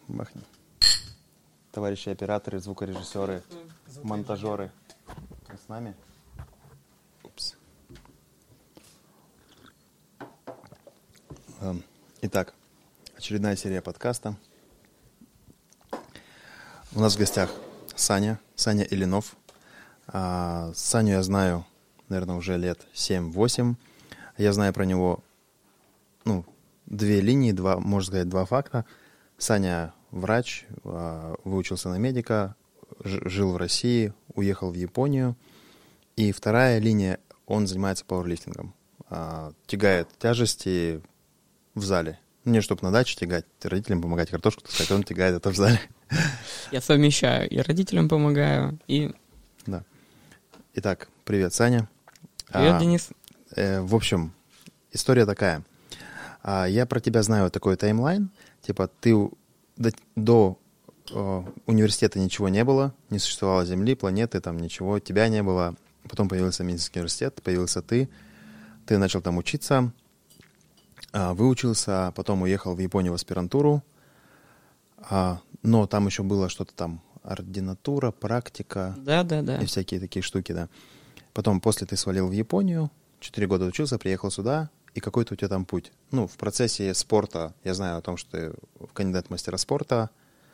Махни. Товарищи операторы, звукорежиссеры, монтажеры. Вы с нами? Упс. Итак, очередная серия подкаста. У нас в гостях Саня Ильинов. Саню я знаю, наверное, уже лет 7-8. Я знаю про него, две линии, можно сказать, два факта. Саня врач, выучился на медика, жил в России, уехал в Японию. И вторая линия, он занимается пауэрлифтингом. Тягает тяжести в зале. Не чтобы на даче тягать, родителям помогать картошку таскать, он тягает это в зале. Я совмещаю, и родителям помогаю, и... Да. Итак, привет, Саня. Привет, Денис. В общем, история такая. Я про тебя знаю такой таймлайн. Типа ты до университета ничего не было, не существовало Земли, планеты, там ничего, тебя не было. Потом появился медицинский университет, появился ты начал там учиться, выучился, потом уехал в Японию в аспирантуру, но там еще было что-то там, ординатура, практика. Да. И всякие такие штуки, да. Потом после ты свалил в Японию, 4 года учился, приехал сюда, и какой-то у тебя там путь. В процессе спорта, я знаю о том, что ты кандидат в мастера спорта,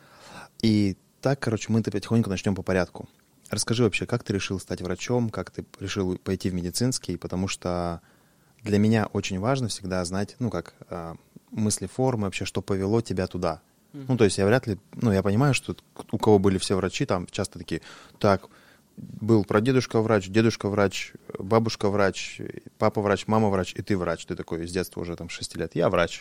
и так, мы-то потихоньку начнем по порядку. Расскажи вообще, как ты решил стать врачом, как ты решил пойти в медицинский, потому что для меня очень важно всегда знать, мысли, формы, вообще, что повело тебя туда. То есть я вряд ли, я понимаю, что у кого были все врачи, там часто такие, так, был прадедушка врач, дедушка врач, бабушка врач, папа врач, мама врач, и ты врач. Ты такой с детства уже там 6 лет. Я врач.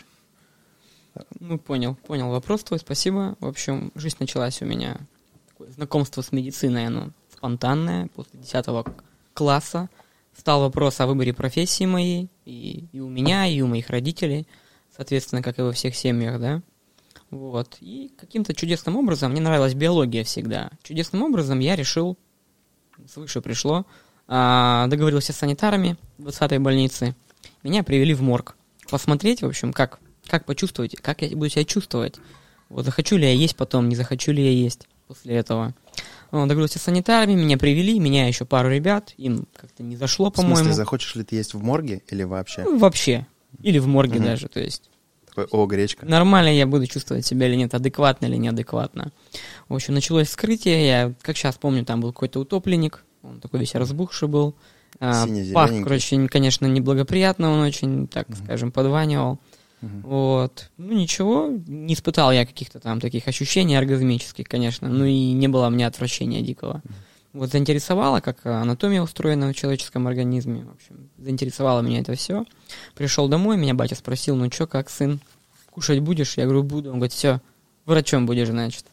Понял вопрос твой, спасибо. В общем, жизнь началась у меня, такое знакомство с медициной, оно спонтанное, после 10 класса. Стал вопрос о выборе профессии моей, и у меня, и у моих родителей, соответственно, как и во всех семьях, да. Вот. И каким-то чудесным образом, мне нравилась биология всегда, чудесным образом я решил, свыше пришло, договорился с санитарами 20-й больницы, меня привели в морг. Посмотреть, в общем, как почувствовать, как я буду себя чувствовать. Вот, захочу ли я есть потом, не захочу ли я есть после этого. Договорился с санитарами, меня привели, меня еще пару ребят, им как-то не зашло, по-моему. В смысле, захочешь ли ты есть в морге или вообще? Вообще. Или в морге даже, то есть. Такой, гречка. Нормально я буду чувствовать себя или нет, адекватно или неадекватно. В общем, началось вскрытие, я, как сейчас помню, там был какой-то утопленник, он такой весь разбухший был. Пах, конечно, неблагоприятно, он очень, так скажем, подванивал. Вот. Ничего, не испытал я каких-то там таких ощущений оргазмических, конечно, и не было у меня отвращения дикого. Вот заинтересовало, как анатомия устроена в человеческом организме, в общем, заинтересовало меня это все. Пришел домой, меня батя спросил, чё, как, сын, кушать будешь? Я говорю, буду. Он говорит, все, врачом будешь, значит.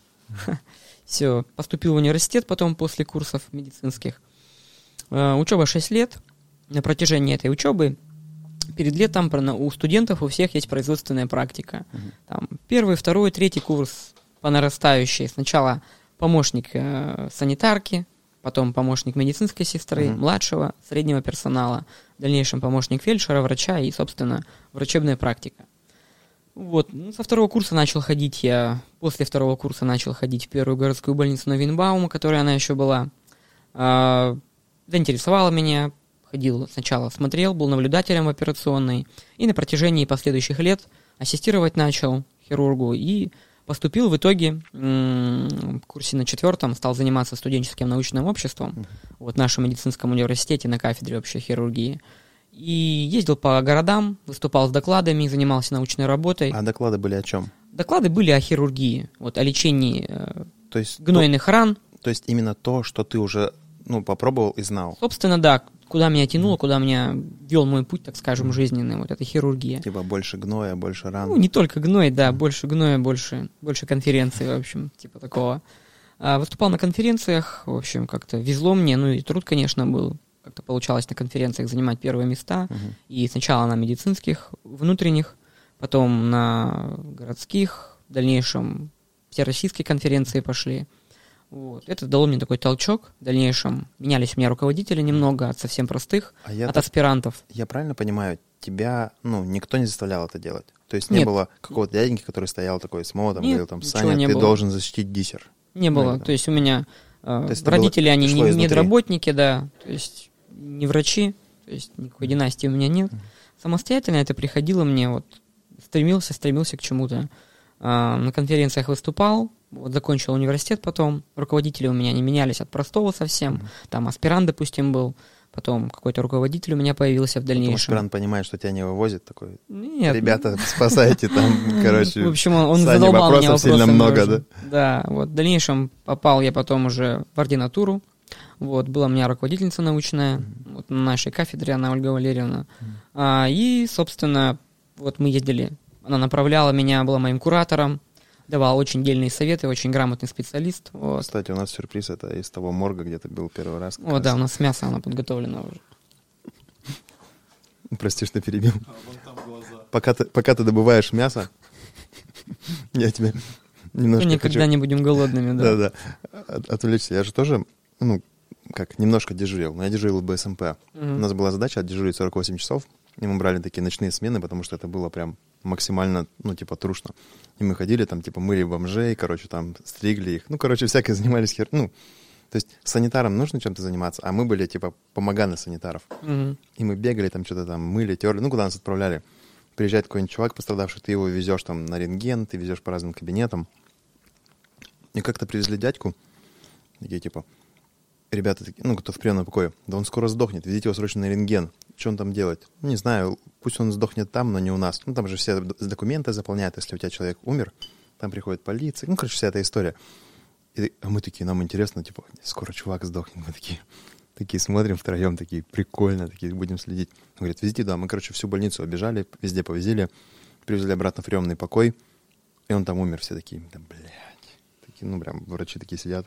Все, поступил в университет потом после курсов медицинских. Учеба 6 лет. На протяжении этой учебы перед летом у студентов у всех есть производственная практика. Там 1, 2, 3 курс по нарастающей. Сначала помощник санитарки, потом помощник медицинской сестры, младшего, среднего персонала, в дальнейшем помощник фельдшера, врача и, собственно, врачебная практика. Вот, со 2 курса начал ходить после 2 курса начал ходить в первую городскую больницу на Винбаума, которая она еще была. Заинтересовала меня, ходил сначала, смотрел, был наблюдателем в операционной, и на протяжении последующих лет ассистировать начал хирургу, и поступил в итоге в курсе на 4 стал заниматься студенческим научным обществом в нашем медицинском университете на кафедре общей хирургии. И ездил по городам, выступал с докладами, занимался научной работой. А доклады были о чем? Доклады были о хирургии, о лечении гнойных ран. То есть именно то, что ты уже попробовал и знал? Собственно, да. Куда меня тянуло, куда меня вел мой путь, так скажем, жизненный, это хирургия. Типа больше гноя, больше ран. Не только гной, да, больше гноя, больше конференций, в общем, типа такого. Выступал на конференциях, в общем, как-то везло мне, и труд, конечно, был. Как-то получалось на конференциях занимать первые места. И сначала на медицинских, внутренних, потом на городских, в дальнейшем всероссийские конференции пошли. Вот. Это дало мне такой толчок. В дальнейшем менялись у меня руководители немного, от совсем простых, от аспирантов. Я правильно понимаю, тебя, никто не заставлял это делать. То есть не было какого-то дяденьки, который стоял такой с молотом, говорил там, Саня, ты должен защитить диссер. Не было. То есть у меня родители, они не медработники, да, то есть не врачи, то есть никакой династии у меня нет. Самостоятельно это приходило мне, вот стремился к чему-то. На конференциях выступал, вот закончил университет потом, руководители у меня не менялись от простого совсем, там аспирант, допустим, был, потом какой-то руководитель у меня появился в дальнейшем. Потом аспирант понимает, что тебя не вывозит, такой, нет, ребята, спасайте там, короче, в общем, он задолбал меня вопросами. Сильно много, да? Да, вот в дальнейшем попал я потом уже в ординатуру, вот, была у меня руководительница научная, вот на нашей кафедре, она Ольга Валерьевна, и, собственно, вот мы ездили, она направляла меня, была моим куратором, давала очень дельные советы, очень грамотный специалист. Вот. Кстати, у нас сюрприз, это из того морга, где ты был первый раз. О, да, у нас мясо, оно подготовлено уже. Прости, что перебил. Пока ты добываешь мясо, я тебе немножко никогда не будем голодными, да. Да. Отвлечься. Я же тоже, немножко дежурил, но я дежурил в БСМП. У нас была задача отдежурить 48 часов, и мы брали такие ночные смены, потому что это было прям максимально, трушно. И мы ходили, там, мыли бомжей, там, стригли их. Всякое занимались то есть санитарам нужно чем-то заниматься, а мы были, помоганы санитаров. И мы бегали, там, что-то там, мыли, терли, куда нас отправляли. Приезжает какой-нибудь чувак пострадавший, ты его везешь там на рентген, ты везешь по разным кабинетам. И как-то привезли дядьку, такие, ребята, кто в приемном покое, да он скоро сдохнет, везите его срочно на рентген. Что он там делает? Не знаю, пусть он сдохнет там, но не у нас. Там же все документы заполняют, если у тебя человек умер, там приходит полиция, вся эта история. А мы такие, нам интересно, скоро чувак сдохнет. Мы такие смотрим втроем, такие, прикольно, такие, будем следить. Он говорит, везите, да, мы, всю больницу обежали, везде повезили, привезли обратно в приемный покой, и он там умер. Все такие, да, блядь. Такие, прям врачи такие сидят.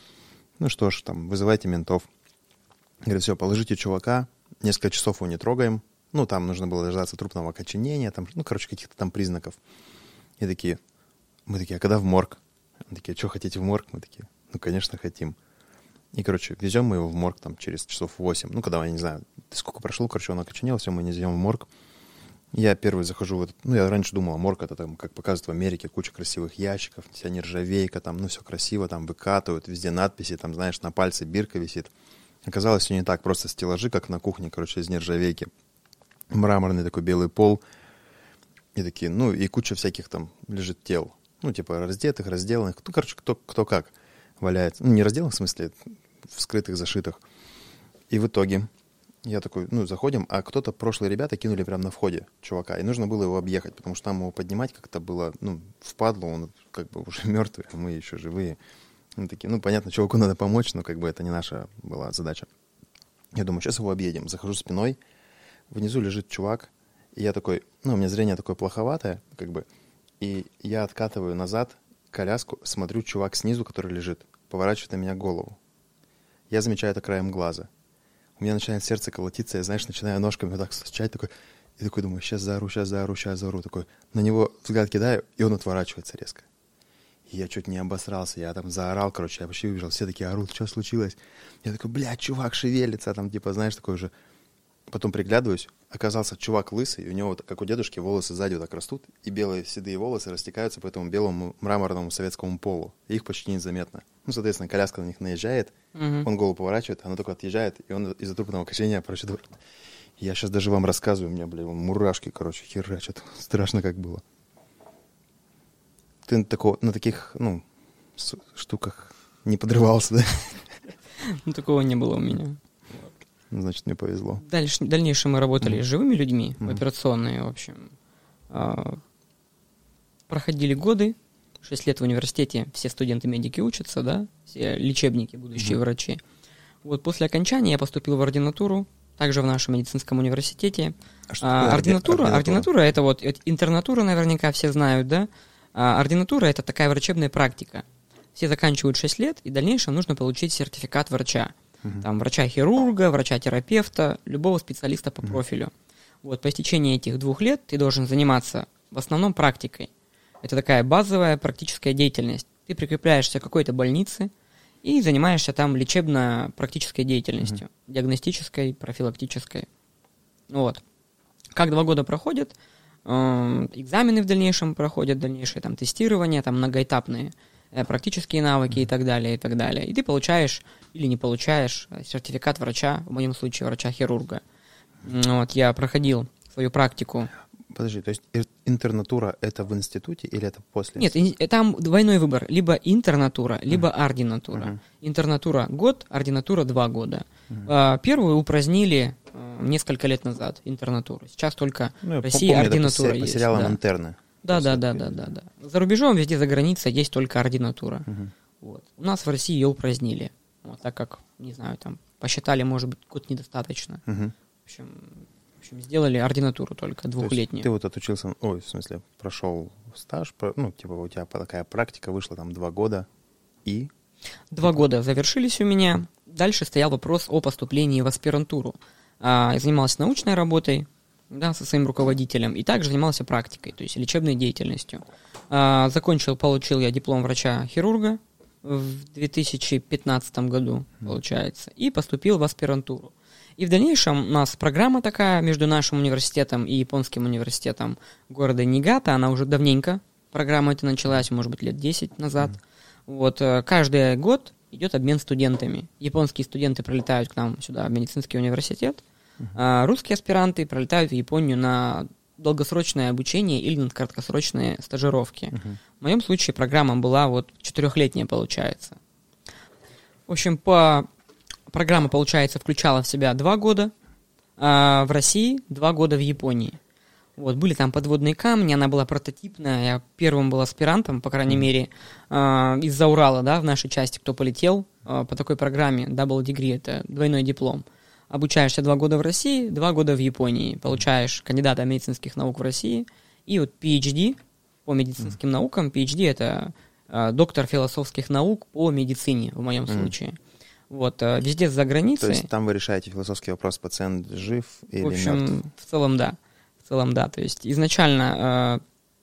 Что ж, там, вызывайте ментов. Говорят, все, положите чувака, несколько часов его не трогаем. Там нужно было дождаться трупного окоченения, там, каких-то там признаков. И мы такие, а когда в морг? Они такие, что, хотите в морг? Мы такие, конечно, хотим. И, везем мы его в морг там через часов 8. Когда, я не знаю, сколько прошло, он окоченел, все, мы не везем в морг. Я первый захожу в этот, я раньше думал, морг это там, как показывают в Америке, куча красивых ящиков, вся нержавейка, там, все красиво, там выкатывают, везде надписи, там, знаешь, на пальце бирка висит. Оказалось, все не так, просто стеллажи, как на кухне, из нержавейки. Мраморный такой белый пол. И такие, и куча всяких там лежит тел. Раздетых, разделанных, кто как валяется. Не разделанных, в смысле, вскрытых, зашитых. И в итоге я такой, заходим, а кто-то, прошлые ребята кинули прямо на входе чувака, и нужно было его объехать, потому что там его поднимать как-то было, впадло, он уже мертвый, а мы еще живые. Мы такие, понятно, чуваку надо помочь, но это не наша была задача. Я думаю, сейчас его объедем. Захожу спиной, внизу лежит чувак, и я такой, у меня зрение такое плоховатое, и я откатываю назад коляску, смотрю, чувак снизу, который лежит, поворачивает на меня голову. Я замечаю это краем глаза. У меня начинает сердце колотиться, я, начинаю ножками вот так стучать, и такой думаю, сейчас заору. Такой, на него взгляд кидаю, и он отворачивается резко. И я чуть не обосрался, я там заорал, я вообще убежал, все такие орут, что случилось? Я такой, чувак шевелится, там, такой уже. Потом приглядываюсь, оказался чувак лысый, и у него, как у дедушки, волосы сзади вот так растут, и белые седые волосы растекаются по этому белому мраморному советскому полу. И их почти незаметно. Соответственно, коляска на них наезжает, он голову поворачивает, она только отъезжает, и он из-за трупного окоченения прочитывает. Я сейчас даже вам рассказываю, у меня, мурашки, херачат. Страшно как было. Ты на таких, штуках не подрывался, да? Такого не было у меня. Значит, мне повезло. В дальнейшем мы работали с живыми людьми в операционной, в общем. Проходили годы, 6 лет в университете, все студенты-медики учатся, да, все лечебники, будущие врачи. Вот после окончания я поступил в ординатуру, также в нашем медицинском университете. Ординатура это интернатура, наверняка все знают, да. Ординатура это такая врачебная практика. Все заканчивают 6 лет, и в дальнейшем нужно получить сертификат врача. Там врача-хирурга, врача-терапевта, любого специалиста по профилю. Вот по истечении этих 2 лет ты должен заниматься в основном практикой. Это такая базовая практическая деятельность. Ты прикрепляешься к какой-то больнице и занимаешься там лечебно-практической деятельностью, диагностической, профилактической. Вот. Как 2 года проходят, экзамены в дальнейшем проходят, дальнейшее там тестирование, там многоэтапные практические навыки и так далее, и так далее. И ты получаешь или не получаешь сертификат врача, в моем случае врача-хирурга. Вот, я проходил свою практику. Подожди, то есть интернатура это в институте или это после? Нет, там двойной выбор. Либо интернатура, либо ординатура. Интернатура год, ординатура 2 года. Первую упразднили несколько лет назад, интернатуру. Сейчас только в России ординатура есть. По сериалам интерны. Да. За рубежом, везде за границей есть только ординатура. Вот. У нас в России ее упразднили. Вот, так как, не знаю, там посчитали, может быть, год недостаточно. В общем, сделали ординатуру только 2-летнюю. Ты вот отучился, прошел стаж, у тебя такая практика вышла там 2 года и... 2 года завершились у меня. Дальше стоял вопрос о поступлении в аспирантуру. Я занимался научной работой, со своим руководителем, и также занимался практикой, то есть лечебной деятельностью. Получил я диплом врача-хирурга в 2015 году, получается, и поступил в аспирантуру. И в дальнейшем у нас программа такая между нашим университетом и японским университетом города Нигата, она уже давненько, программа эта началась, может быть, лет 10 назад. Вот, каждый год идет обмен студентами. Японские студенты прилетают к нам сюда, в медицинский университет, а русские аспиранты прилетают в Японию на долгосрочное обучение или на краткосрочные стажировки. В моем случае программа была 4-летняя, получается. В общем, программа, получается, включала в себя 2 года в России, 2 года в Японии. Вот, были там подводные камни, она была прототипная, я первым был аспирантом, по крайней мере, из-за Урала, в нашей части, кто полетел по такой программе, double degree, это двойной диплом. Обучаешься 2 года в России, 2 года в Японии, получаешь кандидата медицинских наук в России, и PhD по медицинским наукам, PhD это доктор философских наук по медицине, в моем случае. Вот, везде за границей. То есть там вы решаете философский вопрос, пациент жив или мертв? В общем, в целом, да. То есть изначально,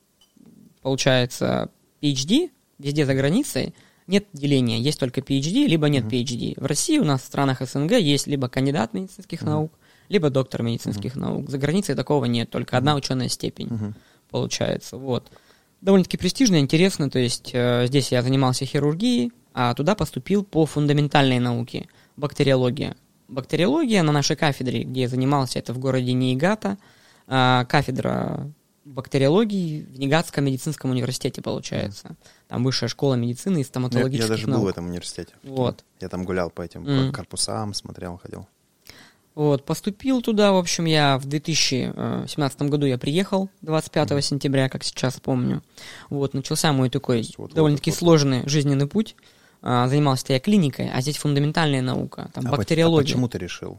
получается, PhD везде за границей, нет деления, есть только PhD, либо нет PhD. В России у нас в странах СНГ есть либо кандидат медицинских наук, либо доктор медицинских наук. За границей такого нет, только одна ученая степень получается. Вот. Довольно-таки престижно, интересно, то есть здесь я занимался хирургией, а туда поступил по фундаментальной науке, бактериология. Бактериология на нашей кафедре, где я занимался, это в городе Ниигата, кафедра бактериологии в Нигатском медицинском университете, получается. Там высшая школа медицины и стоматологических наук. Я даже был в этом университете. Вот. Я там гулял по этим корпусам, смотрел, ходил. Вот, поступил туда, в общем, я в 2017 году я приехал, 25 сентября, как сейчас помню. Вот, начался мой такой довольно-таки сложный жизненный путь. Занимался я клиникой, а здесь фундаментальная наука, там бактериология. Почему ты решил?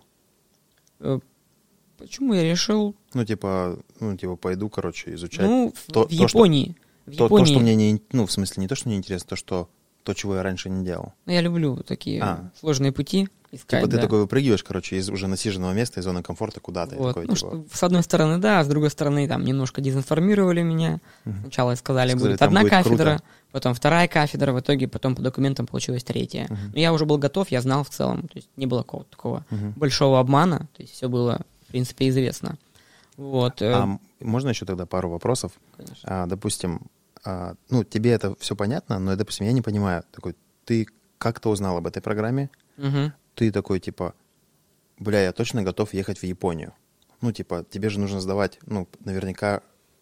Почему я решил? Пойду, изучать. В Японии. То, что мне не... в смысле, не то, что мне интересно, то, чего я раньше не делал. Я люблю такие сложные пути искать. Ты такой выпрыгиваешь, из уже насиженного места, из зоны комфорта куда-то. Вот. С одной стороны, да, а с другой стороны, там немножко дезинформировали меня. Сначала сказали, будет одна кафедра, потом вторая кафедра, в итоге потом по документам получилась 3-я. Но я уже был готов, я знал в целом, то есть не было какого-то такого большого обмана, то есть все было, в принципе, известно. Вот. Можно еще тогда пару вопросов? Конечно. Допустим, тебе это все понятно, но, допустим, я не понимаю. Ты как-то узнал об этой программе, ты такой, я точно готов ехать в Японию. Тебе же нужно сдавать, наверняка...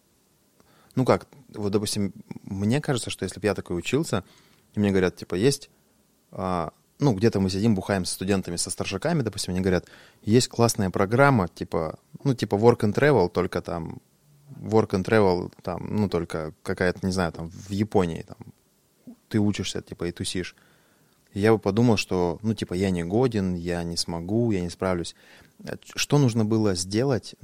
допустим, мне кажется, что если бы я такой учился, и мне говорят, есть... где-то мы сидим, бухаем со студентами, со старшаками, допустим, они говорят, есть классная программа, work and travel, только там work and travel, там, только какая-то, не знаю, там, в Японии, там, ты учишься, и тусишь. И я бы подумал, что, я не годен, я не смогу, я не справлюсь. Что нужно было сделать,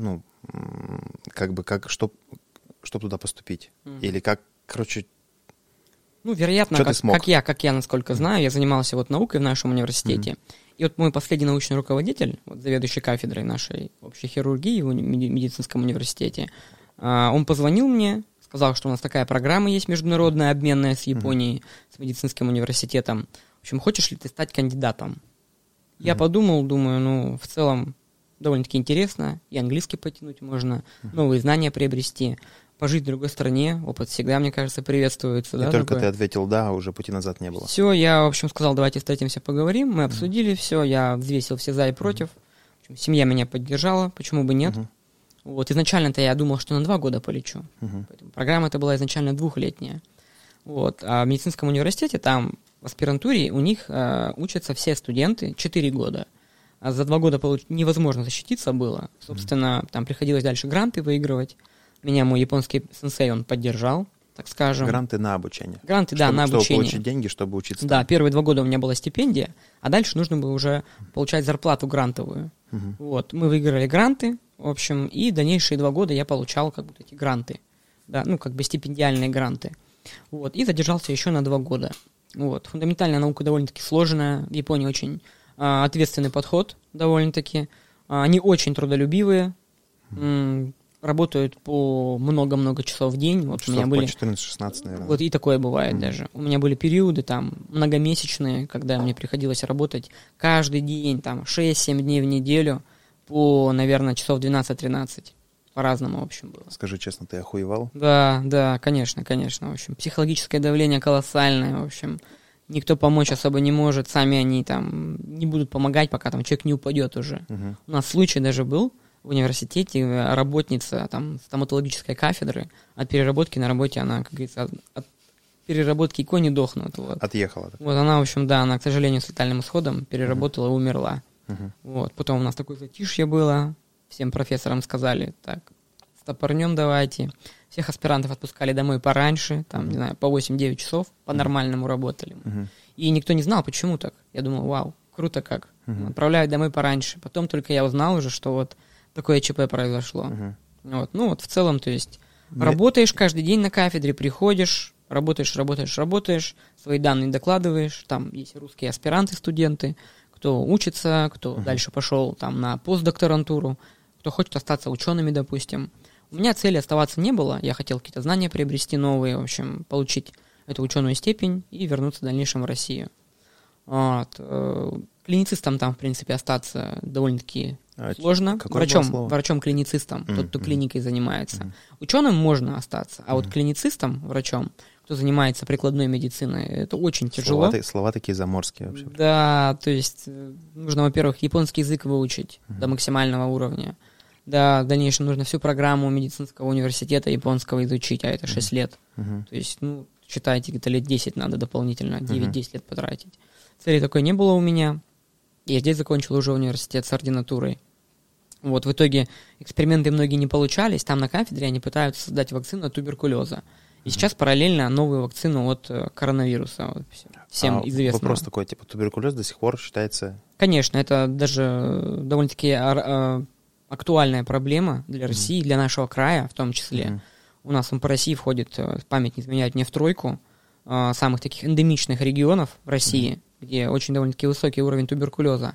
чтобы туда поступить? Или как, вероятно, как я, насколько знаю, я занимался наукой в нашем университете. И мой последний научный руководитель, заведующий кафедрой нашей общей хирургии в медицинском университете, он позвонил мне, сказал, что у нас такая программа есть международная, обменная с Японией, с медицинским университетом. В общем, хочешь ли ты стать кандидатом? Я подумал, думаю, в целом довольно-таки интересно, и английский потянуть можно, новые знания приобрести, пожить в другой стране, опыт всегда, мне кажется, приветствуется. И да, только такой. Ты ответил «да», а уже пути назад не было. Все, я, в общем, сказал, давайте встретимся, поговорим, мы обсудили все, я взвесил все за и против, в общем, семья меня поддержала, почему бы нет. Вот, изначально-то я думал, что на 2 года полечу, поэтому программа-то была изначально 2-летняя. Вот, а в медицинском университете, там, в аспирантуре, у них учатся все студенты 4 года. А за 2 года невозможно защититься было. Собственно, там приходилось дальше гранты выигрывать. Меня мой японский сенсей, он поддержал, так скажем. Гранты на обучение. Гранты, да, на обучение. Чтобы получить деньги, чтобы учиться. Да, там. первые 2 года у меня была стипендия, а дальше нужно было уже получать зарплату грантовую. Вот, мы выиграли гранты, в общем, и дальнейшие 2 года я получал как бы эти гранты. Да, ну, как бы стипендиальные гранты. Вот, и задержался еще на 2 года. Вот, фундаментальная наука довольно-таки сложная. В Японии очень ответственный подход довольно-таки. Они очень трудолюбивые, работают по много-много часов в день. Вот часов у меня были 14-16, наверное. Вот и такое бывает даже. У меня были периоды там многомесячные, когда мне приходилось работать каждый день, там 6-7 дней в неделю по, наверное, часов 12-13. По-разному, в общем, было. Скажи честно, ты охуевал? Да, конечно. В общем, психологическое давление колоссальное, в общем. Никто помочь особо не может, сами они там не будут помогать, пока там человек не упадет уже. У нас случай даже был в университете, работница там стоматологической кафедры, от переработки на работе она, как говорится, от переработки кони дохнут. Вот. Отъехала. Вот она, в общем, да, она, к сожалению, с летальным исходом переработала и умерла. Вот. Потом у нас такое затишье было, всем профессорам сказали, так, стопорнем давайте. Всех аспирантов отпускали домой пораньше, там, не знаю, по 8-9 часов, по-нормальному работали. И никто не знал, почему так. Я думал, вау, круто как. Отправляют домой пораньше. Потом только я узнал уже, что вот такое ЧП произошло. Вот. Ну вот в целом, то есть, работаешь каждый день на кафедре, приходишь, работаешь, свои данные докладываешь, там есть русские аспиранты, студенты, кто учится, кто дальше пошел там на постдокторантуру, кто хочет остаться учеными, допустим. У меня цели оставаться не было, я хотел какие-то знания приобрести новые, в общем, получить эту ученую степень и вернуться в дальнейшем в Россию. Вот. Клиницистом там, в принципе, остаться довольно-таки сложно. Врачом-клиницистом, тот, кто клиникой занимается. Ученым можно остаться, а вот клиницистом, врачом, кто занимается прикладной медициной, это очень тяжело. Слова такие заморские вообще. Да, то есть нужно, во-первых, японский язык выучить до максимального уровня. Да, в дальнейшем нужно всю программу медицинского университета японского изучить, а это 6 лет. То есть, ну, считайте, где-то лет 10 надо дополнительно, 9-10 лет потратить. Цели такой не было у меня. Я здесь закончил уже университет с ординатурой. Вот, в итоге эксперименты многие не получались. Там на кафедре они пытаются создать вакцину от туберкулеза. И сейчас параллельно новую вакцину от коронавируса. Вот, всем известно. Вопрос такой, типа, туберкулез до сих пор считается... Конечно, это даже довольно-таки актуальная проблема для России, для нашего края в том числе. У нас он по России входит, память не изменяет мне, в 3 самых таких эндемичных регионов в России, где очень довольно-таки высокий уровень туберкулеза.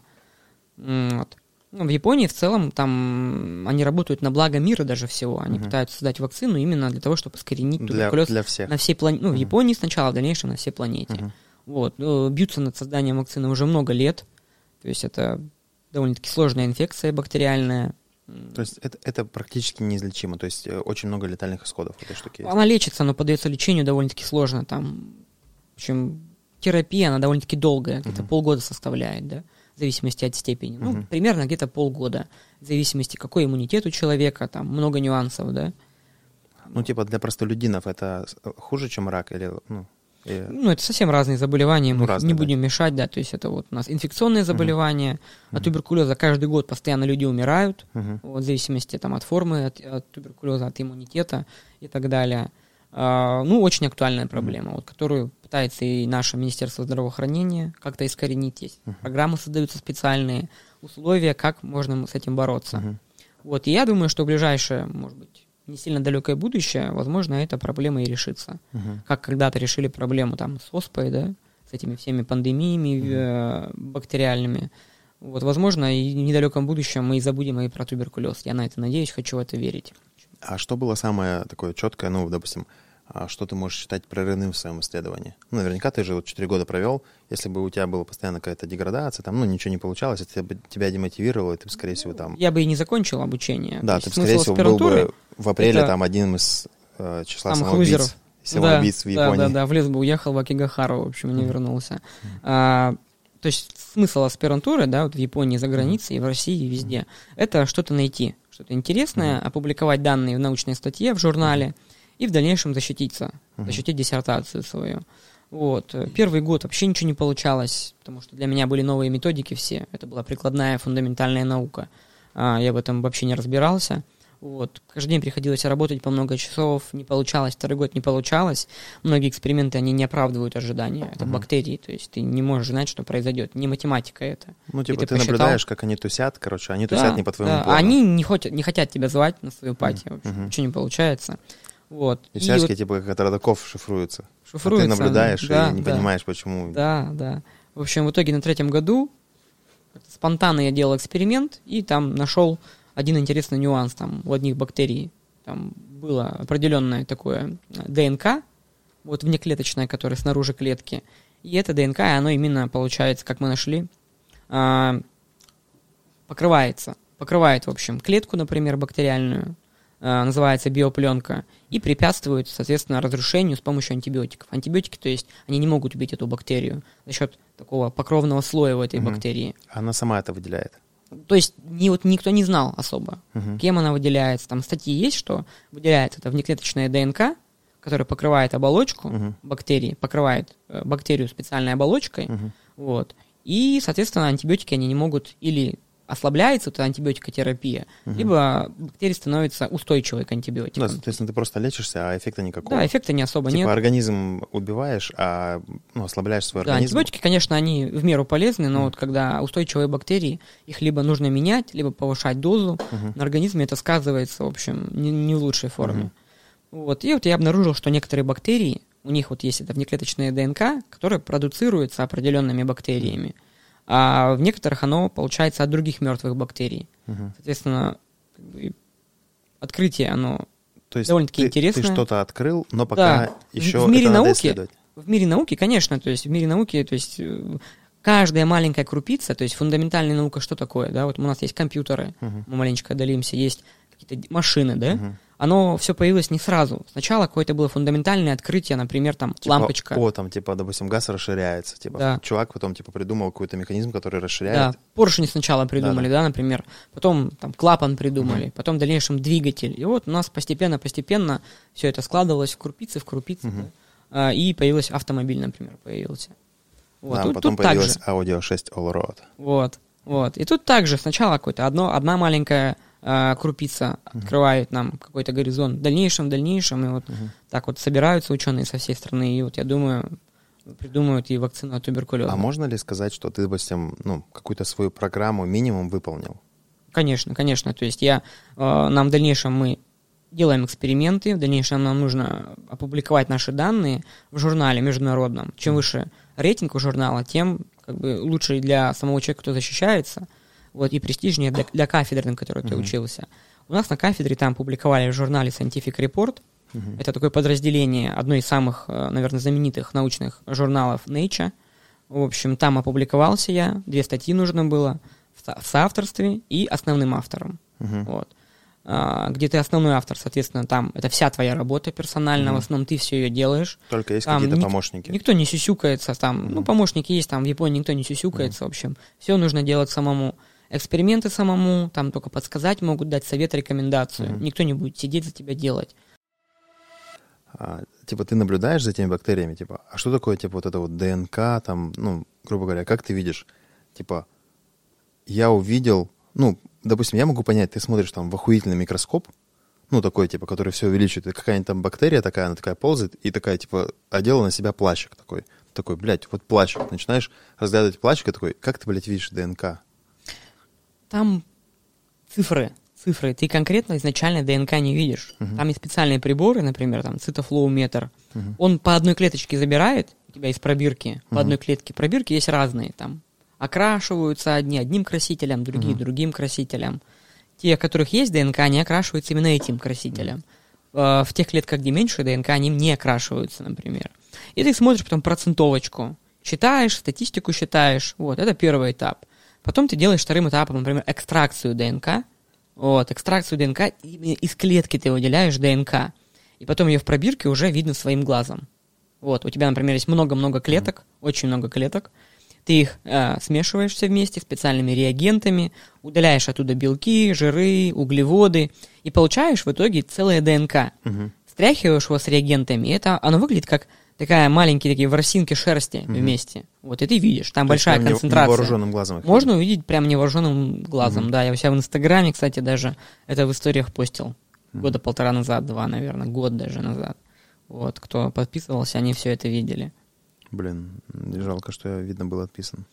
Вот. Ну, в Японии в целом там они работают на благо мира даже всего. Они пытаются создать вакцину именно для того, чтобы искоренить туберкулез для всех. На всей планете. Ну, в Японии сначала, в дальнейшем на всей планете. Вот. Бьются над созданием вакцины уже много лет. То есть это довольно-таки сложная инфекция бактериальная. То есть это практически неизлечимо, то есть очень много летальных исходов этой штуки есть. Она лечится, но поддается лечению довольно-таки сложно. Там, в общем, терапия, она довольно-таки долгая, где-то полгода составляет, да, в зависимости от степени. Ну, примерно где-то полгода, в зависимости, какой иммунитет у человека, там много нюансов, да. Ну, типа для простолюдинов это хуже, чем рак или... Ну, это совсем разные заболевания, мы не будем мешать, да, то есть это вот у нас инфекционные заболевания, от туберкулеза каждый год постоянно люди умирают, вот, в зависимости там, от формы, от туберкулеза, от иммунитета и так далее. Ну, очень актуальная проблема, вот, которую пытается и наше Министерство здравоохранения как-то искоренить. Есть программы создаются специальные, условия, как можно с этим бороться. Вот, и я думаю, что в ближайшее, может быть, не сильно далекое будущее, возможно, эта проблема и решится. Как когда-то решили проблему там с оспой, да, с этими всеми пандемиями бактериальными. Вот, возможно, и в недалеком будущем мы и забудем и про туберкулез. Я на это надеюсь, хочу в это верить. А что было самое такое четкое, ну, допустим, что ты можешь считать прорывным в своем исследовании? Ну, наверняка ты же вот 4 года провел, если бы у тебя была постоянно какая-то деградация, там, ну, ничего не получалось, это бы тебя демотивировало, и ты бы, скорее всего, там... Я бы и не закончил обучение. Да, ты бы, скорее всего, был бы в апреле там одним из числа самоубийц в Японии. Да, в лес бы уехал в Акигахару, в общем, и не вернулся. То есть смысл аспирантуры, да, вот в Японии, за границей, и в России, и везде, это что-то найти, что-то интересное, опубликовать данные в научной статье, в журнале, и в дальнейшем защитить диссертацию свою. Вот. Первый год вообще ничего не получалось, потому что для меня были новые методики все. Это была прикладная фундаментальная наука. Я в этом вообще не разбирался. Вот. Каждый день приходилось работать по много часов, не получалось, второй год не получалось. Многие эксперименты, они не оправдывают ожидания. Это бактерии, то есть ты не можешь знать, что произойдет. Не математика это. Ну, типа ты наблюдаешь, как они тусят, короче, они тусят не по твоему плану. Они не хотят тебя звать на свою пати, в общем, ничего не получается. Вот. И всячески, вот, типа, как от родаков шифруются. А ты наблюдаешь и не понимаешь, почему. Да. В общем, в итоге на 3-м году спонтанно я делал эксперимент и там нашел один интересный нюанс. Там у одних бактерий там было определенное такое ДНК, вот внеклеточное, которое снаружи клетки. И это ДНК, оно именно, получается, как мы нашли, покрывает, в общем, клетку, например, бактериальную, называется биопленка, и препятствует, соответственно, разрушению с помощью антибиотиков. Антибиотики, то есть, они не могут убить эту бактерию за счет такого покровного слоя у этой бактерии. Она сама это выделяет? То есть, никто не знал особо, кем она выделяется. Там статьи есть, что выделяется это внеклеточная ДНК, которая покрывает оболочку бактерии, покрывает бактерию специальной оболочкой, вот, и, соответственно, антибиотики, они не могут или ослабляется эта антибиотикотерапия, либо бактерия становится устойчивой к антибиотикам. Да, соответственно, ты просто лечишься, а эффекта никакого. Да, эффекта не особо нет. Организм убиваешь, а ослабляешь свой организм. Антибиотики, конечно, они в меру полезны, но вот когда устойчивые бактерии, их либо нужно менять, либо повышать дозу, на организме это сказывается, в общем, не в лучшей форме. Вот. И вот я обнаружил, что некоторые бактерии, у них вот есть эта внеклеточная ДНК, которая продуцируется определенными бактериями. А в некоторых оно получается от других мертвых бактерий. Соответственно, открытие, оно довольно-таки интересное. Ты что-то открыл, но пока еще в мире это науки, надо исследовать. В мире науки, конечно, то есть в мире науки, то есть каждая маленькая крупица, то есть фундаментальная наука, что такое, да, вот у нас есть компьютеры, мы маленечко отдалимся, есть какие-то машины, да, оно все появилось не сразу. Сначала какое-то было фундаментальное открытие, например, там, лампочка. Допустим, газ расширяется. Чувак потом, придумал какой-то механизм, который расширяет. Да, поршни сначала придумали, да, например. Потом там клапан придумали, потом в дальнейшем двигатель. И вот у нас постепенно все это складывалось в крупицы, да, и появился автомобиль, например, появился. Вот. Да, потом появилась Audi 6 Allroad. Вот. И тут также сначала одна маленькая крупица открывает нам какой-то горизонт. В дальнейшем, и вот так вот собираются ученые со всей страны, и вот я думаю, придумают и вакцину от туберкулеза. А можно ли сказать, что ты, допустим, какую-то свою программу минимум выполнил? Конечно. То есть нам в дальнейшем мы делаем эксперименты, в дальнейшем нам нужно опубликовать наши данные в журнале международном. Чем выше рейтинг у журнала, тем лучше для самого человека, кто защищается, вот, и престижнее для кафедры, на которой ты учился. У нас на кафедре там публиковали в журнале Scientific Report. Это такое подразделение одной из самых, наверное, знаменитых научных журналов Nature. В общем, там опубликовался я, 2 статьи нужно было в соавторстве и основным автором. Вот. Где ты основной автор, соответственно, там это вся твоя работа персональная, в основном ты все ее делаешь. Только есть там какие-то помощники. Никто не сюсюкается, там, помощники есть, там в Японии никто не сюсюкается, в общем. Все нужно делать самому. Эксперименты самому, там только подсказать могут, дать совет, рекомендацию. Никто не будет сидеть за тебя делать. Ты наблюдаешь за этими бактериями, а что такое, вот это вот ДНК, там, грубо говоря, как ты видишь? Я увидел, допустим, я могу понять, ты смотришь там в охуительный микроскоп, такой, который все увеличивает, и какая-нибудь там бактерия такая, она такая ползает, и такая, одела на себя плащик такой, блядь, вот плащик. Начинаешь разглядывать плащик, и такой, как ты, блядь, видишь ДНК? Там цифры. Ты конкретно изначально ДНК не видишь. Там есть специальные приборы, например, там цитофлоуметр. Он по одной клеточке забирает у тебя из пробирки, по одной клетке. Пробирки есть разные, там окрашиваются одним красителем, другие другим красителем. Те, у которых есть ДНК, они окрашиваются именно этим красителем. в тех клетках, где меньше ДНК, они не окрашиваются, например. И ты смотришь потом процентовочку, считаешь, статистику считаешь, вот, это первый этап. Потом ты делаешь вторым этапом, например, экстракцию ДНК, вот, экстракцию ДНК, именно из клетки ты выделяешь ДНК, и потом ее в пробирке уже видно своим глазом. Вот, у тебя, например, есть много-много клеток, очень много клеток, ты их смешиваешь все вместе специальными реагентами, удаляешь оттуда белки, жиры, углеводы, и получаешь в итоге целое ДНК. Стряхиваешь его с реагентами, и оно выглядит как такая маленькие такие ворсинки шерсти вместе. Вот, и ты видишь, там большая концентрация. Невооруженным глазом. Можно увидеть прям невооруженным глазом, да. Я у себя в Инстаграме, кстати, даже это в историях постил. Года 1,5 назад, 2, наверное, год даже назад. Вот, кто подписывался, они все это видели. Блин, жалко, что я, видно, был отписан.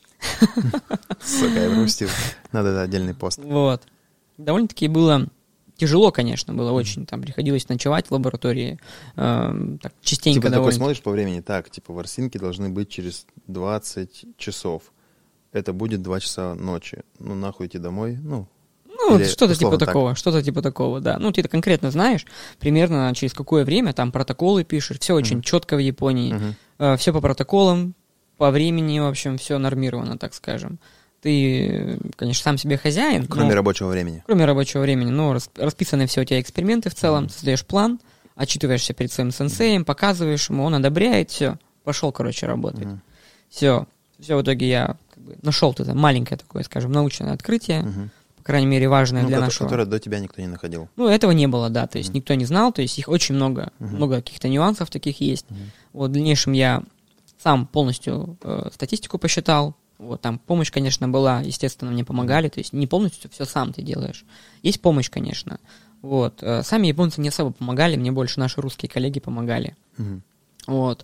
Сука, я пропустил. Надо это отдельный пост. Вот. Довольно-таки было тяжело, конечно, было очень. Там приходилось ночевать в лаборатории. Так, частенько типа довольно. Ты смотришь по времени, так, типа ворсинки должны быть через 20 часов. Это будет 2 часа ночи. Ну, нахуй идти домой, что-то типа такого, да. Ну, ты это конкретно знаешь, примерно через какое время, там протоколы пишешь, все очень четко в Японии, все по протоколам, по времени, в общем, все нормировано, так скажем. Ты, конечно, сам себе хозяин. Кроме рабочего времени. Кроме рабочего времени, но расписаны все у тебя эксперименты в целом, создаешь план, отчитываешься перед своим сенсеем, показываешь ему, он одобряет, все, пошел, короче, работать. Все, в итоге я нашел это маленькое такое, скажем, научное открытие, по крайней мере, важное для нашего. Которое до тебя никто не находил. Ну, этого не было, да, то есть никто не знал, то есть их очень много, много каких-то нюансов таких есть. Вот в дальнейшем я сам полностью статистику посчитал, вот там помощь, конечно, была, естественно, мне помогали, то есть не полностью все сам ты делаешь. Есть помощь, конечно. Вот. Сами японцы не особо помогали, мне больше наши русские коллеги помогали. Вот.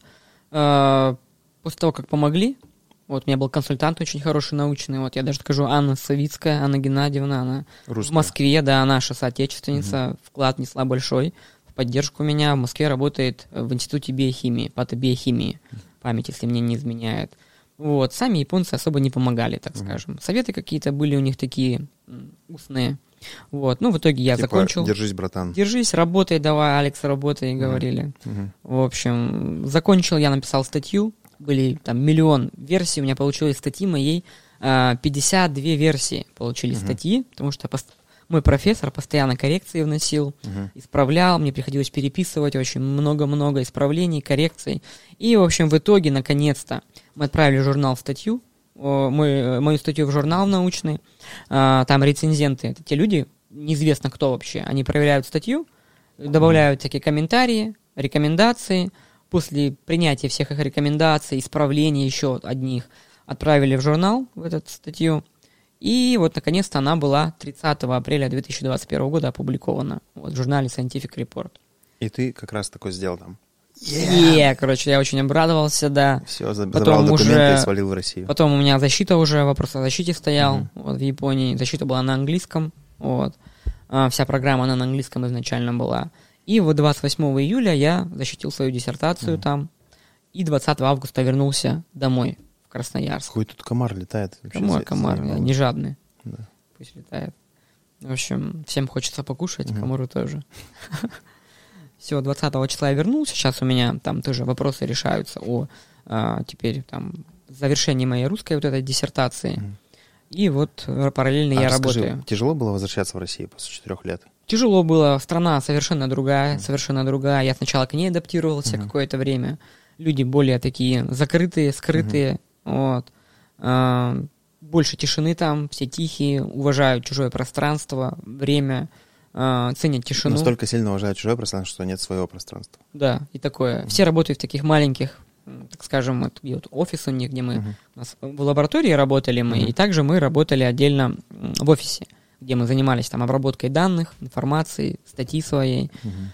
После того, как помогли, вот, у меня был консультант очень хороший, научный. Вот, я даже скажу, Анна Савицкая, Анна Геннадьевна, она русская. В Москве, да, наша соотечественница, вклад несла большой в поддержку меня. В Москве работает в Институте биохимии, патобиохимии, память, если мне не изменяет. Вот, сами японцы особо не помогали, так скажем. Советы какие-то были у них такие устные. Вот, ну, в итоге я закончил. Держись, братан. Держись, работай, давай, Алекс, работай, говорили. В общем, закончил, я написал статью. Были там миллион версий, у меня получилось статьи моей, 52 версии получились статьи, потому что мой профессор постоянно коррекции вносил, исправлял, мне приходилось переписывать очень много-много исправлений, коррекций. И, в общем, в итоге, наконец-то, мы отправили журнал статью, мою статью в журнал научный, там рецензенты, это те люди, неизвестно кто вообще, они проверяют статью, добавляют всякие комментарии, рекомендации. После принятия всех их рекомендаций, исправлений еще одних, отправили в журнал в эту статью. И вот, наконец-то, она была 30 апреля 2021 года опубликована вот, в журнале Scientific Report. И ты как раз такой сделал там. Короче, я очень обрадовался, да. Все, забрал документы и свалил в Россию. Потом у меня защита уже, вопрос о защите стоял вот, в Японии. Защита была на английском. Вот. Вся программа она на английском изначально была. И вот 28 июля я защитил свою диссертацию там, и 20 августа вернулся домой, в Красноярск. Какой тут комар летает? Комар, не жадный. Да. Пусть летает. В общем, всем хочется покушать, комару тоже. Все, 20 числа я вернулся, сейчас у меня там тоже вопросы решаются о теперь там завершении моей русской вот этой диссертации. И вот параллельно я работаю. Тяжело было возвращаться в Россию после 4 лет? Тяжело было, страна совершенно другая, Я сначала к ней адаптировался какое-то время. Люди более такие закрытые, скрытые. Вот. Больше тишины там, все тихие, уважают чужое пространство, время, ценят тишину. Настолько сильно уважают чужое пространство, что нет своего пространства. Да, и такое. Все работают в таких маленьких, так скажем, вот офис у них, где мы у нас в лаборатории работали мы, и также мы работали отдельно в офисе, где мы занимались там обработкой данных, информации, статьи своей.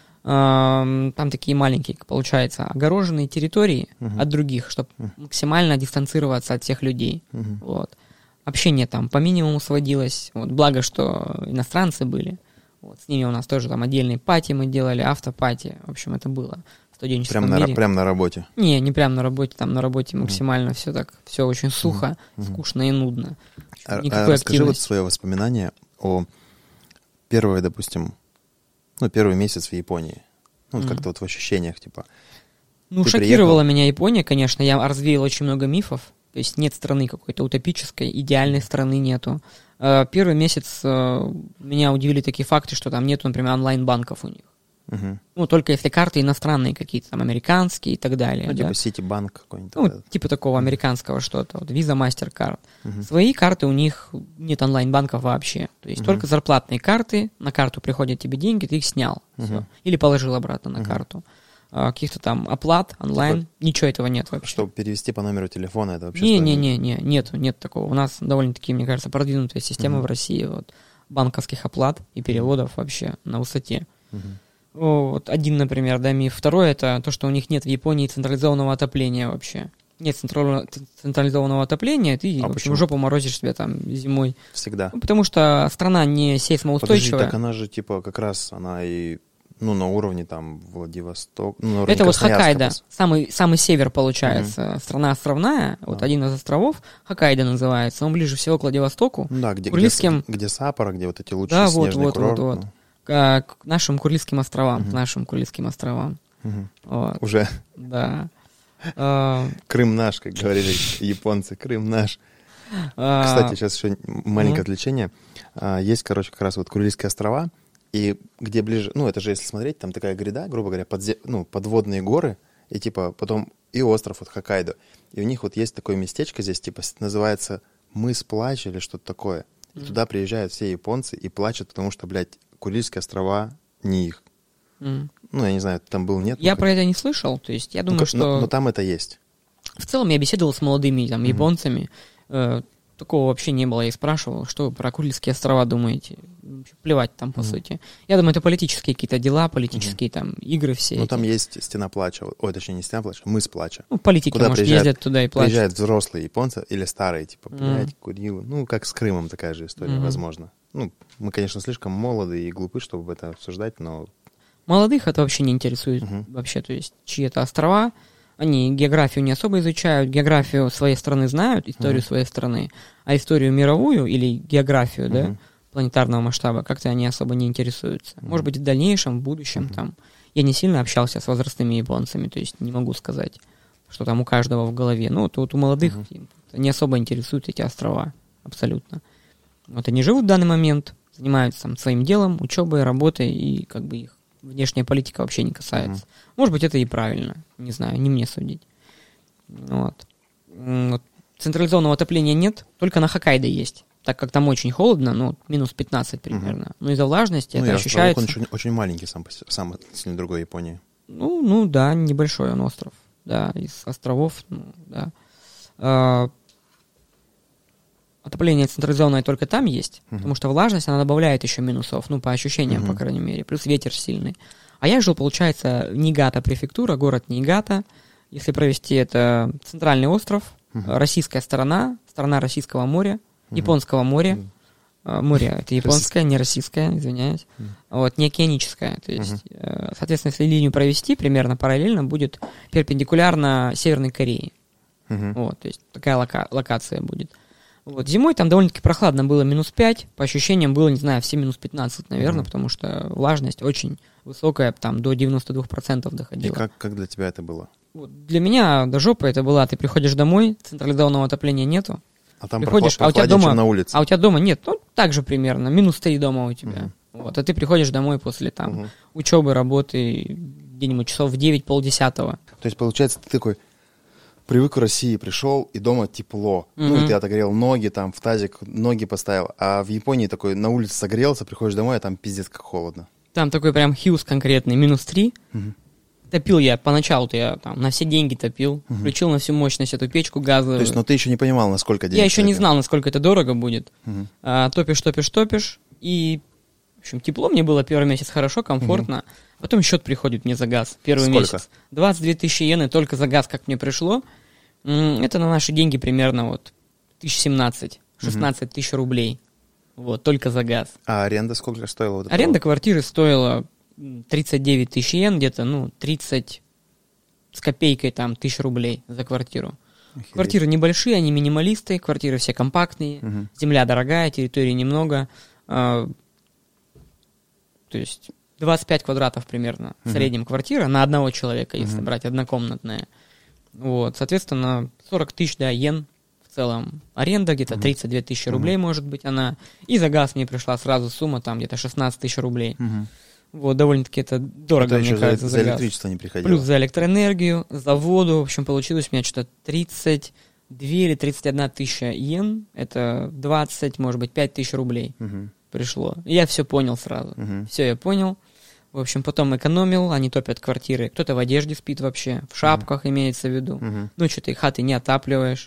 Там такие маленькие, получается, огороженные территории от других, чтобы максимально дистанцироваться от всех людей. Вот. Общение там по минимуму сводилось. Вот. Благо, что иностранцы были. Вот. С ними у нас тоже там отдельные пати мы делали, автопати. В общем, это было в студенческом мире. Прям на работе? Не прям на работе. Там на работе максимально все так, все очень сухо, скучно и нудно. Никакой расскажи вот свое воспоминание о первый месяц в Японии. Ну, вот как-то вот в ощущениях, типа. Ну, шокировала меня Япония, конечно. Я развеял очень много мифов. То есть нет страны какой-то утопической, идеальной страны нету. Первый месяц меня удивили такие факты, что там нету, например, онлайн-банков у них. Ну, только если карты иностранные какие-то, там, американские и так далее. Ну, типа Ситибанк какой-нибудь. Ну, типа такого американского что-то. Вот, Visa, MasterCard. Свои карты, у них нет онлайн-банков вообще. То есть только зарплатные карты, на карту приходят тебе деньги, ты их снял. Всё. Или положил обратно на карту. Каких-то там оплат онлайн, ничего этого нет вообще. Чтобы перевести по номеру телефона, это вообще... Нет такого. У нас довольно-таки, мне кажется, продвинутая система в России вот, банковских оплат и переводов вообще на высоте. Вот один, например, да, миф. Второй — это то, что у них нет в Японии централизованного отопления вообще. Нет централизованного отопления, ты в общем, жопу морозишь себе там зимой. Всегда. Ну, потому что страна не сейсмоустойчивая. Подожди, так она же, типа, как раз она и, ну, на уровне там Владивосток. Ну, на уровне это вот Хоккайдо, просто. самый север получается. Страна островная, вот один из островов, Хоккайдо называется. Он ближе всего к Владивостоку. Ну, да, где Саппоро, где вот эти лучшие да, снежные курорты. Вот. К нашим Курильским островам, Вот. Уже? Да. Крым наш, как говорили японцы, Крым наш. Кстати, сейчас еще маленькое отвлечение. Есть, короче, как раз вот Курильские острова, и где ближе, ну, это же, если смотреть, там такая гряда, грубо говоря, подводные горы, и типа потом и остров вот Хоккайдо. И у них вот есть такое местечко здесь, типа, называется мыс Плача или что-то такое. И туда приезжают все японцы и плачут, потому что, блядь, Курильские острова не их. Ну, я не знаю, там был, нет? Я про это не слышал, то есть я думаю, что... Но там это есть. В целом я беседовал с молодыми там японцами, такого вообще не было, я их спрашивал, что вы про Курильские острова думаете? Плевать там, по сути. Я думаю, это политические какие-то дела, политические там игры все. Ну, там есть Стена Плача, ой, точнее, не Стена Плача, мыс Плача. Ну, политики, куда может, ездят туда и плачут. Приезжают взрослые японцы или старые, типа, блядь, Курилы. Ну, как с Крымом такая же история, возможно. Ну, мы, конечно, слишком молоды и глупы, чтобы это обсуждать, но... Молодых это вообще не интересует вообще, то есть чьи это острова, они географию не особо изучают, географию своей страны знают, историю своей страны, а историю мировую или географию, да, планетарного масштаба как-то они особо не интересуются. Может быть, в дальнейшем, в будущем там. Я не сильно общался с возрастными японцами, то есть не могу сказать, что там у каждого в голове. Ну, вот у молодых не особо интересуют эти острова, абсолютно. Вот они живут в данный момент, занимаются там своим делом, учебой, работой, и как бы их внешняя политика вообще не касается. Может быть, это и правильно, не знаю, не мне судить. Вот. Централизованного отопления нет, только на Хоккайдо есть, так как там очень холодно, ну, минус 15 примерно. Но из-за влажности это ощущается. Он очень маленький сам относительно другой Японии. Ну да, небольшой он остров. Да, из островов, да. Отопление централизованное только там есть, потому что влажность, она добавляет еще минусов, ну, по ощущениям, по крайней мере, плюс ветер сильный. А я жил, получается, Ниигата префектура, город Ниигата. Если провести, это центральный остров, российская сторона, сторона Российского моря, Японского моря. Море это японское, не российское, извиняюсь. Вот, не океаническое. То есть, соответственно, если линию провести, примерно параллельно будет перпендикулярно Северной Корее. Вот, то есть такая локация будет. Вот, зимой там довольно-таки прохладно было, минус 5, по ощущениям было, не знаю, все минус 15, наверное, потому что влажность очень высокая, там до 92% доходила. И как для тебя это было? Вот, для меня до жопы это было, ты приходишь домой, централизованного отопления нету, а там приходишь, чем на улице. А у тебя дома нет, ну, так же примерно, минус 3 дома у тебя. Вот, а ты приходишь домой после там учебы, работы, где-нибудь часов в 9, полдесятого. То есть, получается, ты такой... Привык в России, пришел, и дома тепло. Ну, и ты отогрел ноги, там, в тазик ноги поставил. А в Японии такой на улице согрелся, приходишь домой, а там пиздец как холодно. Там такой прям хьюз конкретный, минус 3. Топил я, поначалу-то я там на все деньги топил. Включил на всю мощность эту печку газовую. То есть, но ты еще не понимал, насколько денег. Я еще не знал, насколько это дорого будет. Топишь. И, в общем, тепло мне было первый месяц хорошо, комфортно. Потом счет приходит мне за газ. Первый месяц. 22 тысячи йен, и только за газ, как мне пришло. Это на наши деньги примерно вот 1017, 16 тысяч рублей. Вот, только за газ. А аренда сколько стоила? Вот аренда квартиры стоила 39 тысяч йен, где-то, 30 с копейкой там тысяч рублей за квартиру. Охереть. Квартиры небольшие, они минималисты, квартиры все компактные, земля дорогая, территории немного. То есть 25 квадратов примерно в среднем квартира на одного человека, если брать однокомнатная. Вот, соответственно, 40 тысяч, да, йен в целом аренда, где-то 32 тысячи рублей может быть она. И за газ мне пришла сразу сумма, там где-то 16 тысяч рублей. Вот, довольно-таки это дорого, мне кажется, за электричество не приходило. Плюс за электроэнергию, за воду. В общем, получилось у меня что-то 32 или 31 тысяча йен. Это 20, может быть, 5 тысяч рублей пришло. И я все понял сразу. Все я понял. В общем, потом экономил, они топят квартиры. Кто-то в одежде спит вообще, в шапках имеется в виду. Ну, что ты хаты не отапливаешь.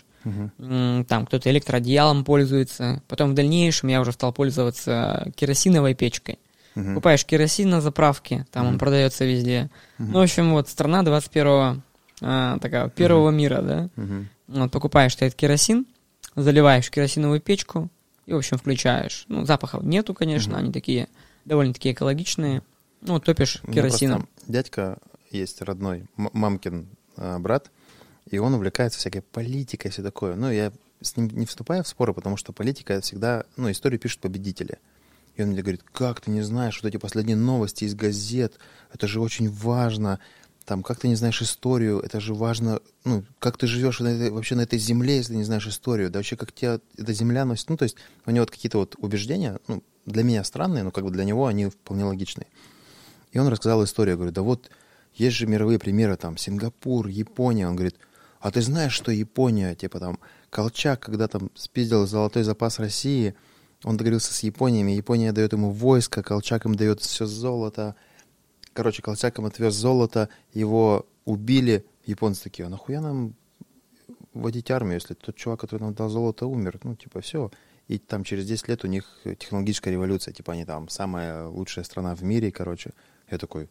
Там кто-то электроодеялом пользуется. Потом в дальнейшем я уже стал пользоваться керосиновой печкой. Покупаешь керосин на заправке, там он продается везде. Ну, в общем, вот страна 21-го, первого мира, да. Вот, покупаешь ты этот керосин, заливаешь в керосиновую печку и, в общем, включаешь. Ну, запахов нету, конечно, они такие довольно-таки экологичные. Ну, топишь керосином. Дядька есть родной, мамкин брат, и он увлекается всякой политикой и все такое. Ну, я с ним не вступаю в споры, потому что политика всегда, ну, историю пишут победители. И он мне говорит, как ты не знаешь вот эти последние новости из газет, это же очень важно, там, как ты не знаешь историю, это же важно, ну, как ты живешь вообще на этой земле, если не знаешь историю, да вообще как тебя эта земля носит, ну, то есть у него вот какие-то вот убеждения, ну, для меня странные, но как бы для него они вполне логичные. И он рассказал историю, я говорю, да вот, есть же мировые примеры, там, Сингапур, Япония, он говорит, а ты знаешь, что Япония, типа там, Колчак, когда там спиздил золотой запас России, он договорился с Япониями, Япония дает ему войско, Колчак им дает все золото. Короче, Колчак им отвез золото, его убили. Японцы такие, а нахуя нам вводить армию, если тот чувак, который нам дал золото, умер? Ну, типа, все. И там через 10 лет у них технологическая революция. Типа, они там самая лучшая страна в мире, короче. Я такой,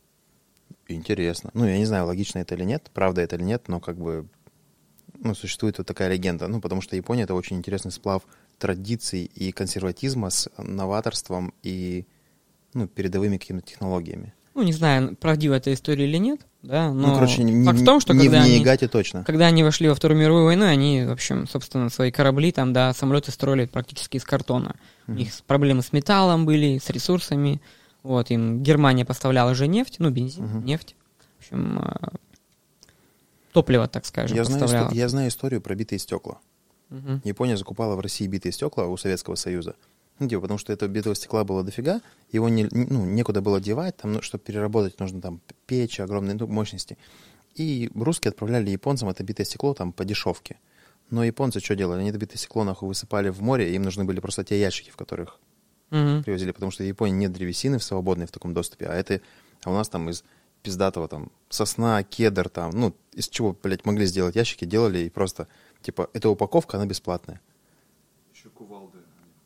интересно. Ну, я не знаю, логично это или нет, правда это или нет, но как бы, ну, существует вот такая легенда. Ну, потому что Япония — это очень интересный сплав традиций и консерватизма с новаторством и, ну, передовыми какими-то технологиями. Ну, не знаю, правдива эта история или нет, да, но ну, короче, факт в том, что точно. Когда они вошли во Вторую мировую войну, они, в общем, собственно, свои корабли, там, да, самолеты строили практически из картона. У них проблемы с металлом были, с ресурсами. Вот, им Германия поставляла же нефть, ну, бензин, нефть. В общем, топливо, так скажем, поставляла. Я знаю историю про битые стекла. Япония закупала в России битые стекла у Советского Союза. Ну, типа, потому что этого битого стекла было дофига, его некуда было девать, там, чтобы переработать, нужно там печь огромные мощности. И русские отправляли японцам это битое стекло там по дешевке. Но японцы что делали? Они это битое стекло нахуй высыпали в море, им нужны были просто те ящики, в которых привозили, потому что в Японии нет древесины свободной в таком доступе, а у нас там из пиздатого там сосна, кедр там, ну, из чего, блядь, могли сделать ящики, делали и просто, типа, эта упаковка, она бесплатная. Еще кувалды.